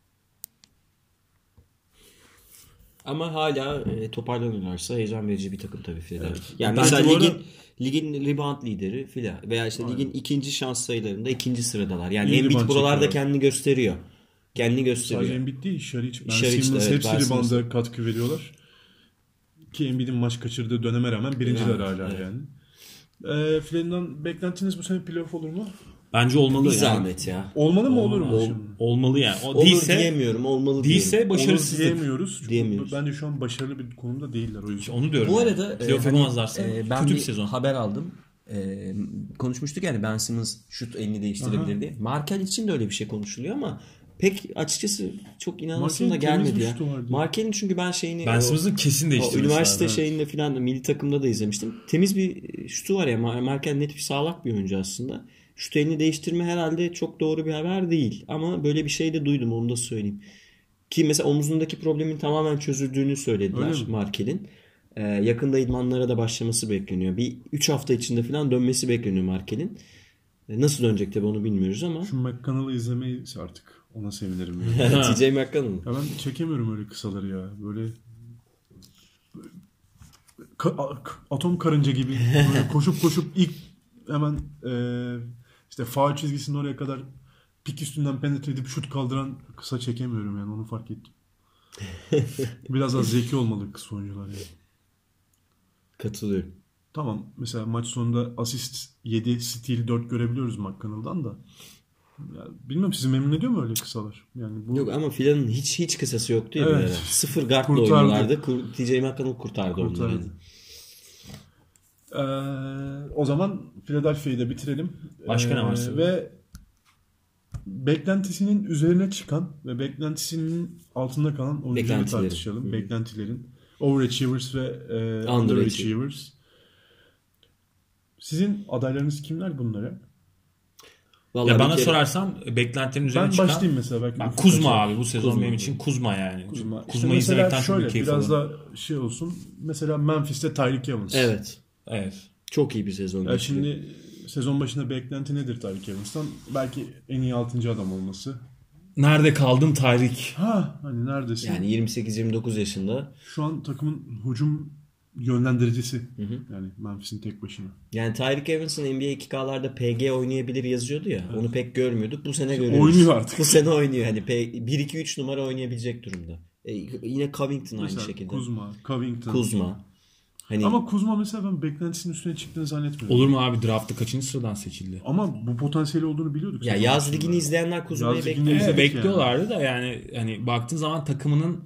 Ama hala toparlanırlarsa heyecan verici bir takım tabii Philadelphia. Evet. Yani Bence mesela bu arada- ligin rebound lideri Phila veya işte ligin ikinci şans sayılarında ikinci sıradalar. Yani İyi Embiid rebound buralarda çekiyorlar. kendini gösteriyor. Kendini gösteriyor. Sadece Embiid değil, Şaric, Ben Şaric de, Simmons evet, hepsi Ben Simmons. rebound'a katkı veriyorlar. Ki Embiid'in maç kaçırdığı döneme rağmen birinciler hala yani. Filan'dan beklentiniz bu sene playoff olur mu? Bence olmalı Bir yani. zahmet ya. Olmalı mı olur mu? Şimdi? Olmalı yani. O Olur değilse diyemiyorum, olmalı değilse diyelim. Olur başarısızlık. diyemiyoruz. Çünkü Diyemiyoruz. bence şu an başarılı bir konumda değiller o yüzden. Onu diyorum. Bu yani. arada Playoff hani, yapamazlarsa ben kötü bir bir sezon. haber aldım. Konuşmuştuk yani Ben Simmons şut elini değiştirebilir diye. Markel için de öyle bir şey konuşuluyor ama pek açıkçası çok inanasım da Markel'in temiz gelmedi bir ya. şutu vardı. Markel'in çünkü ben şeyini Ben Simmons'ın kesin o değiştirmesi üniversite lazım. şeyinde filan da milli takımda da izlemiştim. Temiz bir şutu var ya. Markel net bir sağlak bir oyuncu aslında. Şut elini değiştirme herhalde çok doğru bir haber değil. Ama böyle bir şey de duydum, onu da söyleyeyim. Ki mesela omzundaki problemin tamamen çözüldüğünü söylediler Öyle mi? Markel'in. Yakında idmanlara da başlaması bekleniyor. Bir 3 hafta içinde falan dönmesi bekleniyor Markel'in. Nasıl dönecek tabii onu bilmiyoruz ama. Şu McConnell'ı izlemeyi artık ona sevinirim. TJ McConnell. Ya ben çekemiyorum öyle kısaları ya. Böyle atom karınca gibi böyle koşup ilk hemen işte faul çizgisinin oraya kadar pik üstünden penetre edip şut kaldıran kısa çekemiyorum yani, onu fark ettim. Biraz daha zeki olmalı kısa oyuncular yani. Katılıyorum. Tamam, mesela maç sonunda asist 7, steal 4 görebiliyoruz McConnell'dan da. Ya, bilmiyorum, sizi memnun ediyor mu öyle kısalar? Yani bu Yok ama filanın hiç kısası yoktu ya. Evet. Bir ara. Sıfır guardla Kurtardı. oynuyorlardı. TJ McConnell kurtardı onları. Kurtardı. O zaman Philadelphia'yı da bitirelim. Başka ne varsa. Ve beklentisinin üzerine çıkan ve beklentisinin altında kalan oyuncuları Beklentileri. tartışalım. Beklentilerin. Overachievers ve Underachievers. underachievers. Sizin adaylarınız kimler bunlara? Vallahi Ya bir bana kere- sorarsan beklentilerin üzerine Ben çıkan başlayayım mesela. Belki ben ufuk Kuzma açar. abi bu sezon Kuzma. benim için Kuzma yani. Kuzma. İşte Kuzma'yı mesela izlemekten çok şöyle büyük keyif biraz alıyorum. da şey olsun. Mesela Memphis'te Tyreek Evans. Evet. Evet. Çok iyi bir sezon Ya geçiriyor. şimdi sezon başında beklenti nedir Tyreek Evans'tan? Belki en iyi 6. adam olması. Nerede kaldın Tyreek? Hani neredesin? Yani 28-29 yaşında. Şu an takımın hücum yönlendiricisi. Yani Memphis'in tek başına. Yani Tyreek Evans'ın NBA 2K'larda PG oynayabilir yazıyordu ya. Onu pek görmüyorduk. Bu sene görüyoruz. Oynuyor artık. Bu sene oynuyor. Hani 1-2-3 numara oynayabilecek durumda. Yine Covington aynı Mesela şekilde. Kuzma, Covington. Kuzma. Hani Ama Kuzma mesela ben beklentisinin üstüne çıktığını zannetmiyorum. Olur mu abi, draftta kaçıncı sıradan seçildi? Ama bu potansiyeli olduğunu biliyorduk. ya sezon yaz başında. ligini izleyenler Kuzma'yı Yaz ligini bekliyor. izledik Bekliyorlardı da yani hani baktığın zaman takımının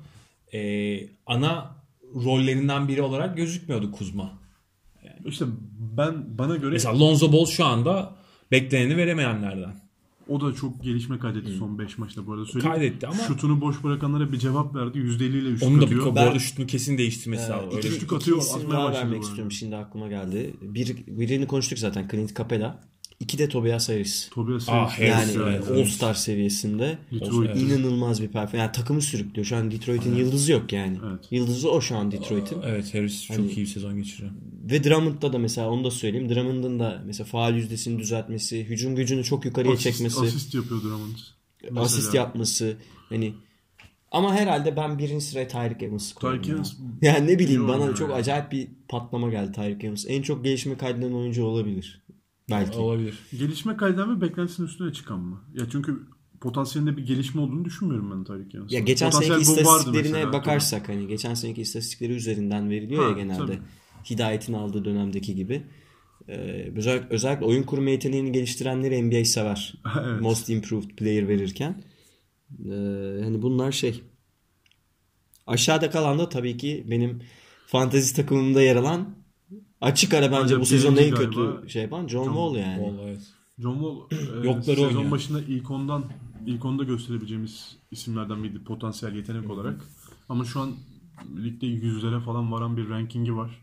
ana rollerinden biri olarak gözükmüyordu Kuzma. İşte bana göre Mesela Lonzo Ball şu anda bekleneni veremeyenlerden. o da çok gelişme kaydetti son 5 maçta bu arada söyleyeyim. Kaydetti ama Şutunu boş bırakanlara bir cevap verdi. %50 ile üçlük onun da atıyor. bu arada şutunu kesin değiştirmesi lazım. Öyle iki- bir- üçlük atıyor, isim atmaya daha başladı vermek bu arada. istiyorum. Şimdi aklıma geldi. Birini konuştuk zaten. Clint Capela. 2 de Tobias Harris. Tobias Ah, Harris. Harris, Yani evet. All-Star seviyesinde. Detroit. Evet. İnanılmaz bir performans. Yani takımı sürüklüyor. Şu an Detroit'in yıldızı yok yani. Evet. Yıldızı o şu an Detroit'in. Evet, Harris çok iyi bir sezon geçiriyor. Ve Drummond'da da mesela onu da söyleyeyim. Drummond'un da mesela faal yüzdesini düzeltmesi, hücum gücünü çok yukarıya çekmesi, Asist yapıyor Drummond. Mesela. asist yapması. Hani ama herhalde ben birinci sıraya Tyreek Evans'ı koydum. Tyreek ya. Evans Yani ne bileyim iyi bana oynuyor çok yani. acayip bir patlama geldi Tyreek Evans. En çok gelişme kaydeden oyuncu olabilir. Belki. Olabilir. Gelişme kaydeden ve beklentisinin üstüne çıkan mı? Ya çünkü potansiyelinde bir gelişme olduğunu düşünmüyorum ben Tyreek Evans'ın. Ya geçen Potansiyel seneki bu vardı istatistiklerine mesela. bakarsak hani geçen seneki istatistikleri üzerinden veriliyor Ha, ya genelde. tabii. Hidayet'in aldığı dönemdeki gibi. Özellikle oyun kurma yeteneğini geliştirenleri NBA sever. Evet. Most Improved Player verirken. Hani bunlar şey. Aşağıda kalan da tabii ki benim fantezi takımımda yer alan açık ara bence Bence bu sezonun en birinci kötü galiba şey yapan John Wall yani. Vallahi evet. John Wall Yokları sezon oynuyor. başında ilk onda gösterebileceğimiz isimlerden biriydi potansiyel yetenek olarak. Ama şu an ligde yüzlere falan varan bir rankingi var.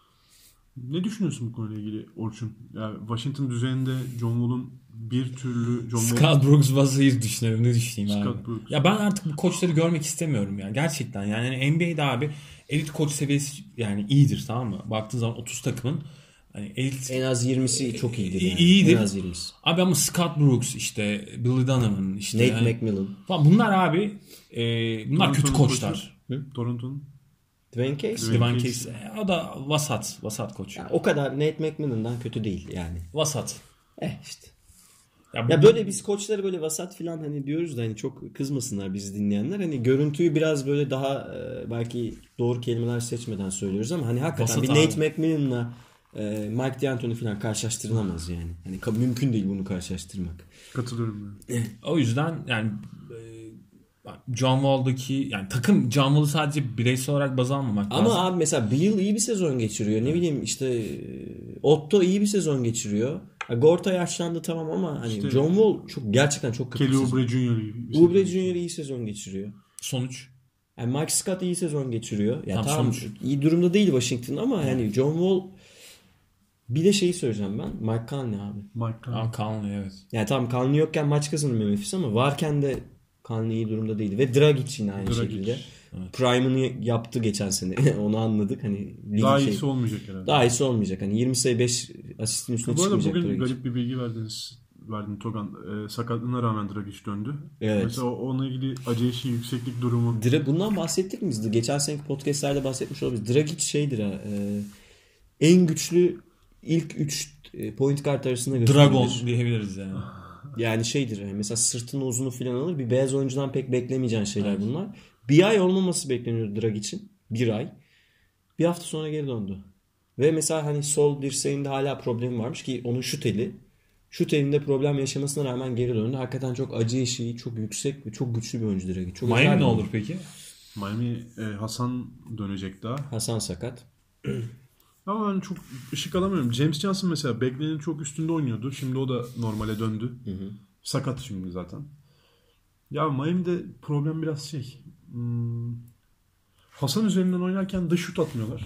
Ne düşünüyorsun bu konuyla ilgili Orçun? Ya Washington düzeninde John Wall'un bir türlü Scott Brooks vasayı düşünüyorum. Ne düşüneyim abi? Scott Brooks. Ya ben artık bu koçları görmek istemiyorum ya. Gerçekten yani hani NBA'de abi elit koç seviyesi yani iyidir, tamam mı? Baktığın zaman 30 takımın hani elit En az 20'si çok iyidir yani. İyidir. En az 20'si. abi ama Scott Brooks işte Billy Donovan işte Nate yani, McMillan. falan bunlar abi bunlar kötü Toronto'nun koçlar. koçu. Toronto'nun. Dwayne Case. Divan Case o da vasat koç. Yani o kadar Nate McMillan'dan kötü değil yani. Vasat. İşte. Ya, Ya böyle biz koçları böyle vasat falan hani diyoruz da hani çok kızmasınlar bizi dinleyenler. Hani görüntüyü biraz böyle daha belki doğru kelimeler seçmeden söylüyoruz ama hani hakikaten Vasat bir abi. Nate McMillan'la Mike D'Antoni falan karşılaştırılamaz yani. Hani mümkün değil bunu karşılaştırmak. Katılıyorum yani. O yüzden yani John Wall'daki yani takım John Wall'ı sadece bireysel olarak baz almamak lazım. Ama abi mesela Beal iyi bir sezon geçiriyor. Ne bileyim işte Otto iyi bir sezon geçiriyor. Gorta yaşlandı tamam ama hani İşte, John Wall gerçekten çok kötü bir Kelly sezon. Oubre Jr. Oubre Jr. iyi sezon geçiriyor. Sonuç. Yani Mike Scott iyi sezon geçiriyor. Ya Tam tamam sonuç. iyi durumda değil Washington ama yani John Wall bir de şeyi söyleyeceğim ben. Mike Conley abi. Mike Conley. Conley evet. Yani tamam Conley yokken maç kazanır Memphis ama varken de Conley iyi durumda değildi. Ve Dragic yine aynı Dragic. şekilde. Evet. Prime'ını yaptı geçen sene. Onu anladık. Hani Daha iyisi olmayacak herhalde. Daha iyisi olmayacak. Hani 20 sayı 5 asistin üstüne bu arada çıkmayacak. bugün Dragic. garip bir bilgi verdin Togan. Sakatlığına rağmen Dragic döndü. Evet. Mesela onunla ilgili Aceşi yükseklik durumu. Bundan bahsettik mi biz? Geçen seneki podcastlerde bahsetmiş olabiliriz. Dragic şeydir ha. En güçlü ilk 3 point guard arasında gösterilir. Dragon diyebiliriz yani. Yani şeydir. Yani mesela sırtının uzunu falan alır. Bir beyaz oyuncudan pek beklemeyeceğin şeyler bunlar. Bir ay olmaması bekleniyordu Dragic'in. Bir ay. Bir hafta sonra geri döndü. Ve mesela hani sol dirseğinde hala problemi varmış ki onun şut eli. Şut elinde problem yaşamasına rağmen geri döndü. Hakikaten çok acı eşiği, çok yüksek ve çok güçlü bir oyuncu Dragic. Çok Miami ne olur peki? Miami Hasan dönecek daha. Hasan sakat. Ama ben çok ışık alamıyorum. James Johnson mesela beklenenin çok üstünde oynuyordu. Şimdi o da normale döndü. Sakat şimdi zaten. Ya Miami'de problem biraz şey. Hasan üzerinden oynarken dış şut atmıyorlar.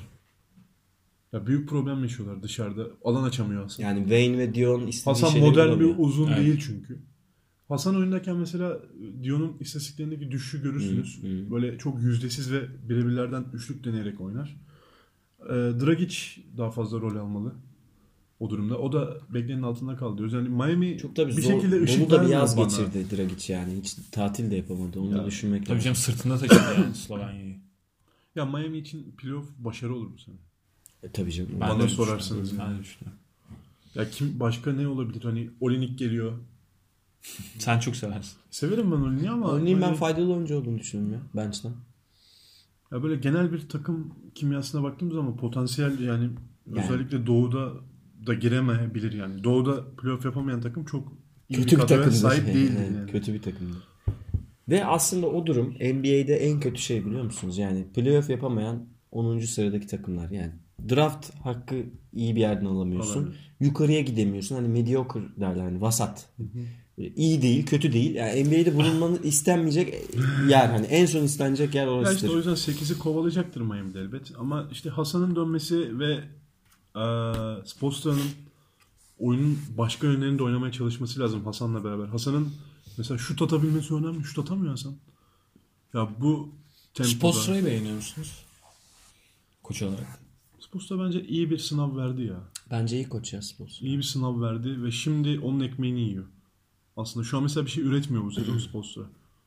Ya büyük problem yaşıyorlar dışarıda. Alan açamıyor Hasan. Yani Wayne ve Dion istediği Hasan şeyleri modern bulamıyor. bir uzun değil çünkü. Hasan oynarken mesela Dion'un istatistiklerindeki düşüşü görürsünüz. Böyle çok yüzdesiz ve birebirlerden üçlük deneyerek oynar. Dragic daha fazla rol almalı o durumda. O da beklenenin altında kaldı. Özellikle Miami Çok tabii bir zor. şekilde ışık Dolu da bir vermiyor yaz bana. geçirdi Dragic yani. Hiç tatil de yapamadı. Onu da düşünmek Tabii lazım. canım sırtında taşıdı yani Slovenya'yı. Ya Miami için playoff başarı olur bu sene. Tabii canım. Bana de sorarsınız düşünüyorum. yani. Ben de düşünüyorum. Ya kim başka ne olabilir? Hani Olinik geliyor. Sen çok seversin. Severim ben Olinik'i ama Örneğin ben böyle, faydalı oyuncu olduğunu düşünüyorum ya bench'ten. ya böyle genel bir takım kimyasına baktığımız zaman potansiyel yani özellikle Doğu'da da giremeyebilir yani. Doğu'da playoff yapamayan takım çok iyi Kötü bir kadroya takımdır. sahip değildir yani. Kötü bir takımdır. Ve aslında o durum NBA'de en kötü şey biliyor musunuz? Yani playoff yapamayan 10. sıradaki takımlar yani. Draft hakkı iyi bir yerden alamıyorsun. Olabilir. Yukarıya gidemiyorsun. Hani mediocre derler hani vasat. İyi değil, kötü değil. Yani NBA'de bulunmanın istenmeyecek yer. Hani en son istenecek yer Ya orasıdır. işte o yüzden 8'i kovalayacaktır Miami'de elbet. Ama işte Hasan'ın dönmesi ve Spoelstra'nın oyunun başka yönlerinde oynamaya çalışması lazım Hasan'la beraber. Hasan'ın mesela şut atabilmesi önemli. Şut atamıyor Hasan. Ya bu tempoda. Spoelstra'yı beğeniyor musunuz? Koç olarak. Spoelstra bence iyi bir sınav verdi ya. Bence iyi koç ya Spoelstra. İyi bir sınav verdi ve şimdi onun ekmeğini yiyor. Aslında şu an mesela bir şey üretmiyor bu sezon Spoelstra.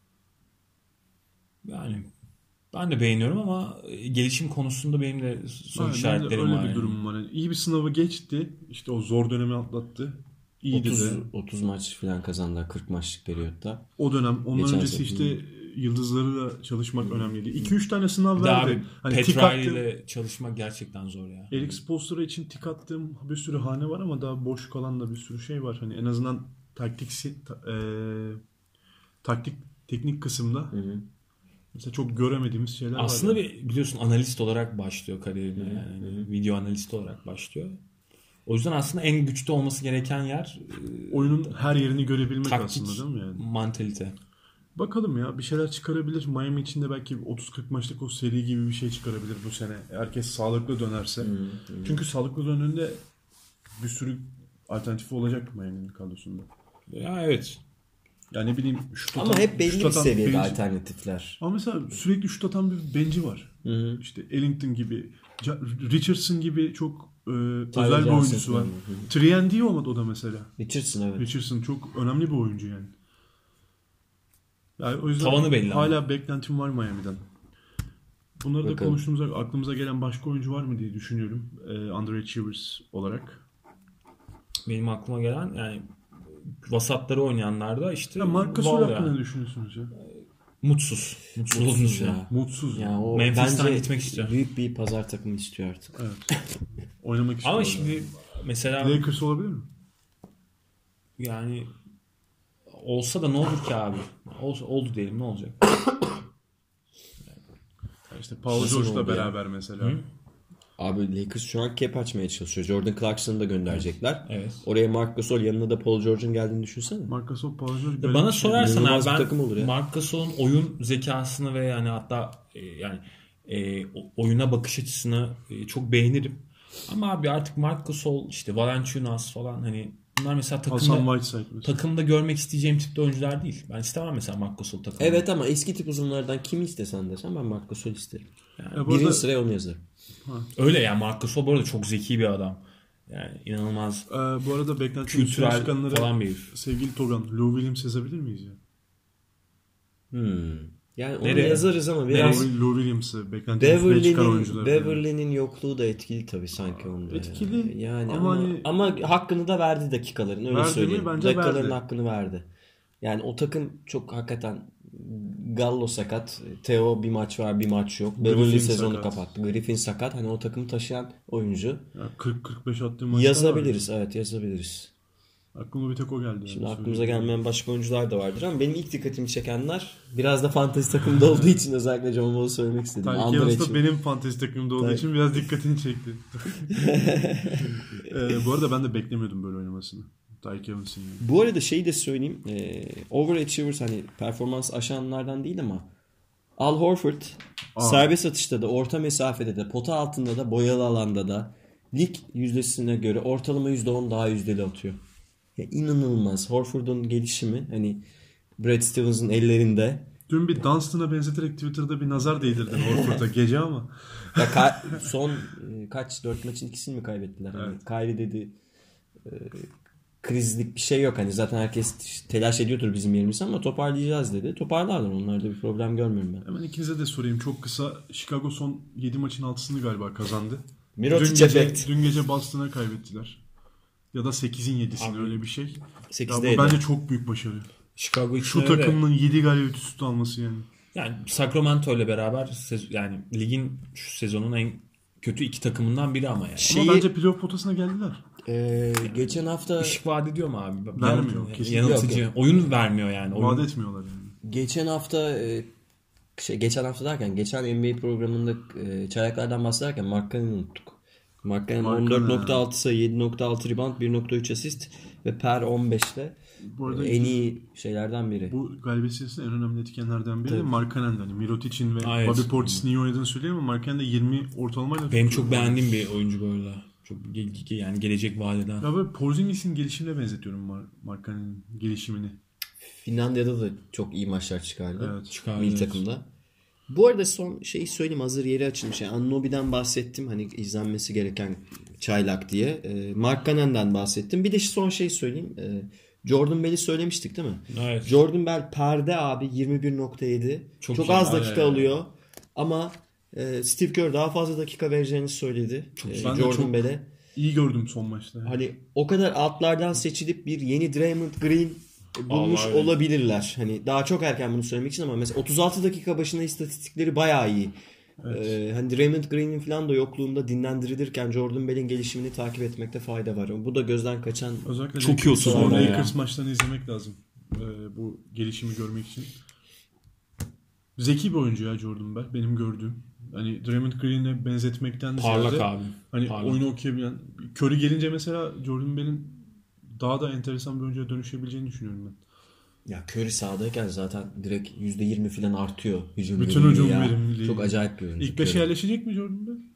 Yani ben de beğeniyorum ama gelişim konusunda benim de soru işaretlerim öyle var. bir yani. durum var. Yani iyi bir sınavı geçti. İşte o zor dönemi atlattı. İyiydi de. 30 maç falan kazandılar 40 maçlık periyotta. O dönem. Ondan Geçen öncesi sene. işte yıldızlarıyla çalışmak önemliydi. 2-3 tane sınav Bir de verdi. abi Hani tik Petrali attım. ile çalışmak gerçekten zor ya. Eric Spoelstra için tik attığım bir sürü hane var ama daha boş kalan da bir sürü şey var. Hani en azından teknik kısımda mesela çok göremediğimiz şeyler Aslında var. biliyorsun analist olarak başlıyor kariyerine yani. Video analist olarak başlıyor. O yüzden aslında en güçlü olması gereken yer Oyunun her yerini görebilmek taktik, aslında değil mi yani? mantalite. Bakalım ya bir şeyler çıkarabilir. Miami için de belki 30-40 maçlık o seri gibi bir şey çıkarabilir bu sene. Herkes sağlıklı dönerse. Çünkü sağlıklı döndüğünde bir sürü alternatifi olacak Miami'nin kadrosunda. Ya evet. Yani ne bileyim şut Ama atan, hep belli şut bir atan seviyede bench- alternatifler. Ama mesela sürekli şut atan bir benci var. İşte Ellington gibi, Richardson gibi çok özel bir oyuncusu var. 3&D olmadı o da mesela. Richardson evet. Richardson çok önemli bir oyuncu yani. Yani o yüzden Tavanı belli hala ama. beklentim var Miami'den. Bunları da Bakalım. konuştuğumuzda aklımıza gelen başka oyuncu var mı diye düşünüyorum. Underachievers olarak. Benim aklıma gelen yani vasatları oynayanlar da işte Ya Marc Gasol Wall hakkında yani. ne düşünüyorsunuz ya? Mutsuz olunca. Mutsuz. Yani o Memphis'ten bence gitmek istiyor. büyük bir pazar takımı istiyor artık. Evet. oynamak istiyor. Ama şimdi mesela Lakers olabilir mi? yani olsa da ne olur ki abi? Oldu diyelim, ne olacak? İşte Paul Nasıl George'la oldu ya? beraber mesela. Abi Lakers şu an cap açmaya çalışıyor. Jordan Clarkson'ı da gönderecekler. Evet. Oraya Marc Gasol, yanına da Paul George'un geldiğini düşünsene. Marc Gasol, Paul George. böyle Bana bir şey. sorarsan abi, İnanılmaz bir ben takım olur ya. Marc Gasol'un oyun zekasını ve yani hatta oyuna bakış açısını çok beğenirim. Ama abi artık Marc Gasol, işte Valanciunas falan, hani bunlar mesela Hasan Whiteside mesela. takımda görmek isteyeceğim tipte oyuncular değil. Ben istemem mesela Marc Gasol takımda. Evet ama eski tip uzunlardan kimi istesen desem ben Marc Gasol isterim. Bu Birinci arada, sıraya onu yazarım. Öyle yani, Marc Gasol bu arada çok zeki bir adam. Yani inanılmaz bu arada beklentinin üstüne kültürel çıkanları falan bir herif. sevgili Togan, Lou Williams yazabilir miyiz ya? Yani onu Nereye? yazarız ama biraz Lou Williams'ı beklentinin üstüne çıkan oyuncular. Beverly'nin yokluğu da etkili tabii sanki onda. Etkili Yani ama ama hakkını da verdi dakikaların, öyle Verdi mi? söyleyeyim. Bence Dakikaların verdi. hakkını verdi. Yani o takım çok hakikaten, Gallo sakat, Theo bir maç var bir maç yok. Beverly Griffin sezonu sakat. kapattı. Griffin sakat. Hani o takımı taşıyan oyuncu. Ya 40-45 attığı maçlar Yazabiliriz. Evet, yazabiliriz. var. Aklıma bir tek o geldi. Şimdi yani. aklımıza gelmeyen başka oyuncular da vardır ama benim ilk dikkatimi çekenler biraz da fantezi takımda olduğu için özellikle John Wall'u söylemek istedim. Tyke Andre Evans da için. benim fantezi takımda olduğu için biraz dikkatini çekti. Bu arada ben de beklemiyordum böyle oynamasını. Tyke Evans'ın yani. Bu arada şeyi de söyleyeyim. Overachievers, hani performans aşanlardan değil ama Al Horford serbest atışta da, orta mesafede de, pota altında da, boyalı alanda da lig yüzdesine göre ortalama %10 daha yüzdeli atıyor. Ya inanılmaz. Horford'un gelişimi, hani Brad Stevens'ın ellerinde. Dün bir Dunstan'a benzeterek Twitter'da bir nazar değdirdin Horford'a gece ama. Ya son kaç 4 maçın ikisini mi kaybettiler? Hani Evet. Kyrie dedi krizlik bir şey yok. Hani zaten herkes telaş ediyordur bizim yerimizde ama toparlayacağız dedi. Toparlarlar. Onlarda bir problem görmüyorum ben. Hemen ikinize de sorayım çok kısa. Chicago son 7 maçın 6'sını galiba kazandı. Mirotic efekt. Dün gece Boston'a kaybettiler. Ya da 8'in 7'sini öyle bir şey. Ya 8'deydi. bu bence çok büyük başarı. Chicago için Şu öyle. takımın 7 galibiyet üstü alması yani. Yani Sacramento ile beraber yani ligin şu sezonun en kötü iki takımından biri ama yani. Şeyi- Ama bence playoff potasına geldiler. Geçen hafta Işık vaat ediyor mu abi? Vermiyor, kesinlikle. Yanıltıcı. Yok, Oyun vermiyor yani. Vaat etmiyorlar yani. geçen hafta derken geçen NBA programında çaylaklardan bahsederken Mark Cannon'ı unuttuk. Mark Cannon Mark 14.6 sayı, 7.6 rebound, 1.3 asist ve per 15'te Bu arada en iyi şeylerden biri. bu galibiyet serisinin en önemli etkenlerden biri de Tabii. Markkanen'di. Hani Mirotic'in ve Evet. Bobby Portis'in iyi oynadığını söyleyeyim ama Markkanen de 20 ortalamayla Benim tutuyor. çok beğendiğim bir oyuncu bu arada. Çok yani gelecek vaat eden. Ya böyle Porzingis'in gelişimine benzetiyorum Markkanen'in gelişimini. Finlandiya'da da çok iyi maçlar çıkardı. Evet. Çıkardı, Milli evet. takımda. Bu arada son şeyi söyleyeyim, hazır yeri açılmış. Yani Anunoby'den bahsettim, hani izlenmesi gereken çaylak diye. Mark Cannon'dan bahsettim. Bir de son şey söyleyeyim. Jordan Bell'i söylemiştik değil mi? Evet. Jordan Bell perde abi 21.7. Çok iyi. az dakika Aynen. alıyor. Ama Steve Kerr daha fazla dakika vereceğini söyledi. Ben de Jordan çok Bell'e. iyi gördüm son maçta. Hani o kadar altlardan seçilip bir yeni Draymond Green bulmuş Vallahi öyle. olabilirler. Hani daha çok erken bunu söylemek için ama mesela 36 dakika başına istatistikleri bayağı iyi. Hani Draymond Green'in falan da yokluğunda dinlendirilirken Jordan Bell'in gelişimini takip etmekte fayda var. Bu da gözden kaçan. Özellikle Çok iyi Lakers, oturdu ya. Lakers maçlarını izlemek lazım. Bu gelişimi görmek için. Zeki bir oyuncu ya Jordan Bell benim gördüğüm. Hani Draymond Green'e benzetmekten Parlak ziyade abi. hani Parlak. oyunu okuyabilen, Curry gelince mesela Jordan Bell'in daha da enteresan bir oyuncuya dönüşebileceğini düşünüyorum ben. Ya Curry sahadayken zaten direkt %20 falan artıyor hücum Bütün verimliliği hücum ya. verimliliği. Çok acayip bir oyuncu. İlk 5'e yerleşecek mi Jordan Bell?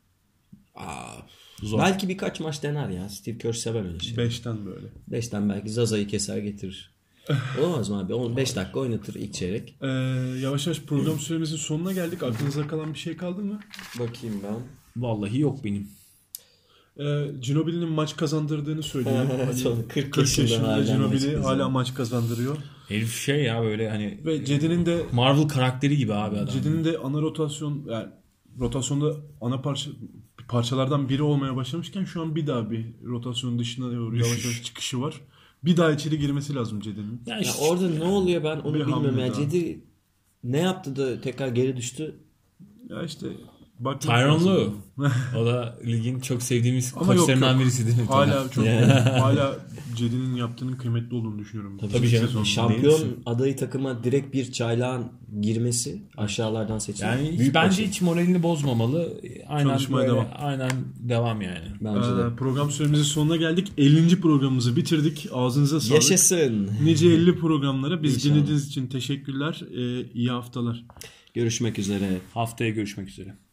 Zor. Belki birkaç maç dener ya. Steve Kerr sever öyle şey. 5'ten böyle. 5'ten belki Zaza'yı keser getirir. Olmaz mı abi? 5 dakika oynatır ilk çeyrek. Yavaş yavaş program süremizin sonuna geldik. Aklınıza kalan bir şey kaldı mı? Bakayım ben. Vallahi yok benim. Ginobili'nin maç kazandırdığını söylüyor. Son 40 40 yaşında hala yaşında maç Ginobili hala kazanıyor. maç kazandırıyor. Herif şey ya, böyle hani Ve Cedi'nin de Marvel karakteri gibi abi adam. ana rotasyonda ana parçalardan biri olmaya başlamışken şu an bir daha bir rotasyonun dışına doğru yavaş yavaş çıkışı var. Bir daha içeri girmesi lazım Cedi'nin. Yani Ya orada ne oluyor ben onu Bir bilmiyorum. hamle Ya daha. Cedi ne yaptı da tekrar geri düştü? Ya işte Bak, Tyronn Lue. O da ligin çok sevdiğimiz Ama yok, koçlarından yok. birisi değil mi? Hala çok hala Cedi'nin yaptığının kıymetli olduğunu düşünüyorum. Tabii canım. Sezonda. Şampiyon Neyse. adayı takıma direkt bir çaylağın girmesi, aşağılardan seçilmek. Yani büyük bence başarı. hiç moralini bozmamalı. Aynen Çalışmaya böyle, devam. aynen devam yani. Bence de. Program süremizin sonuna geldik. 50. programımızı bitirdik. Ağzınıza sağlık. Yaşasın. Nice 50 programlara. Biz İnşallah. dinlediğiniz için teşekkürler. İyi haftalar. Görüşmek üzere. Haftaya görüşmek üzere.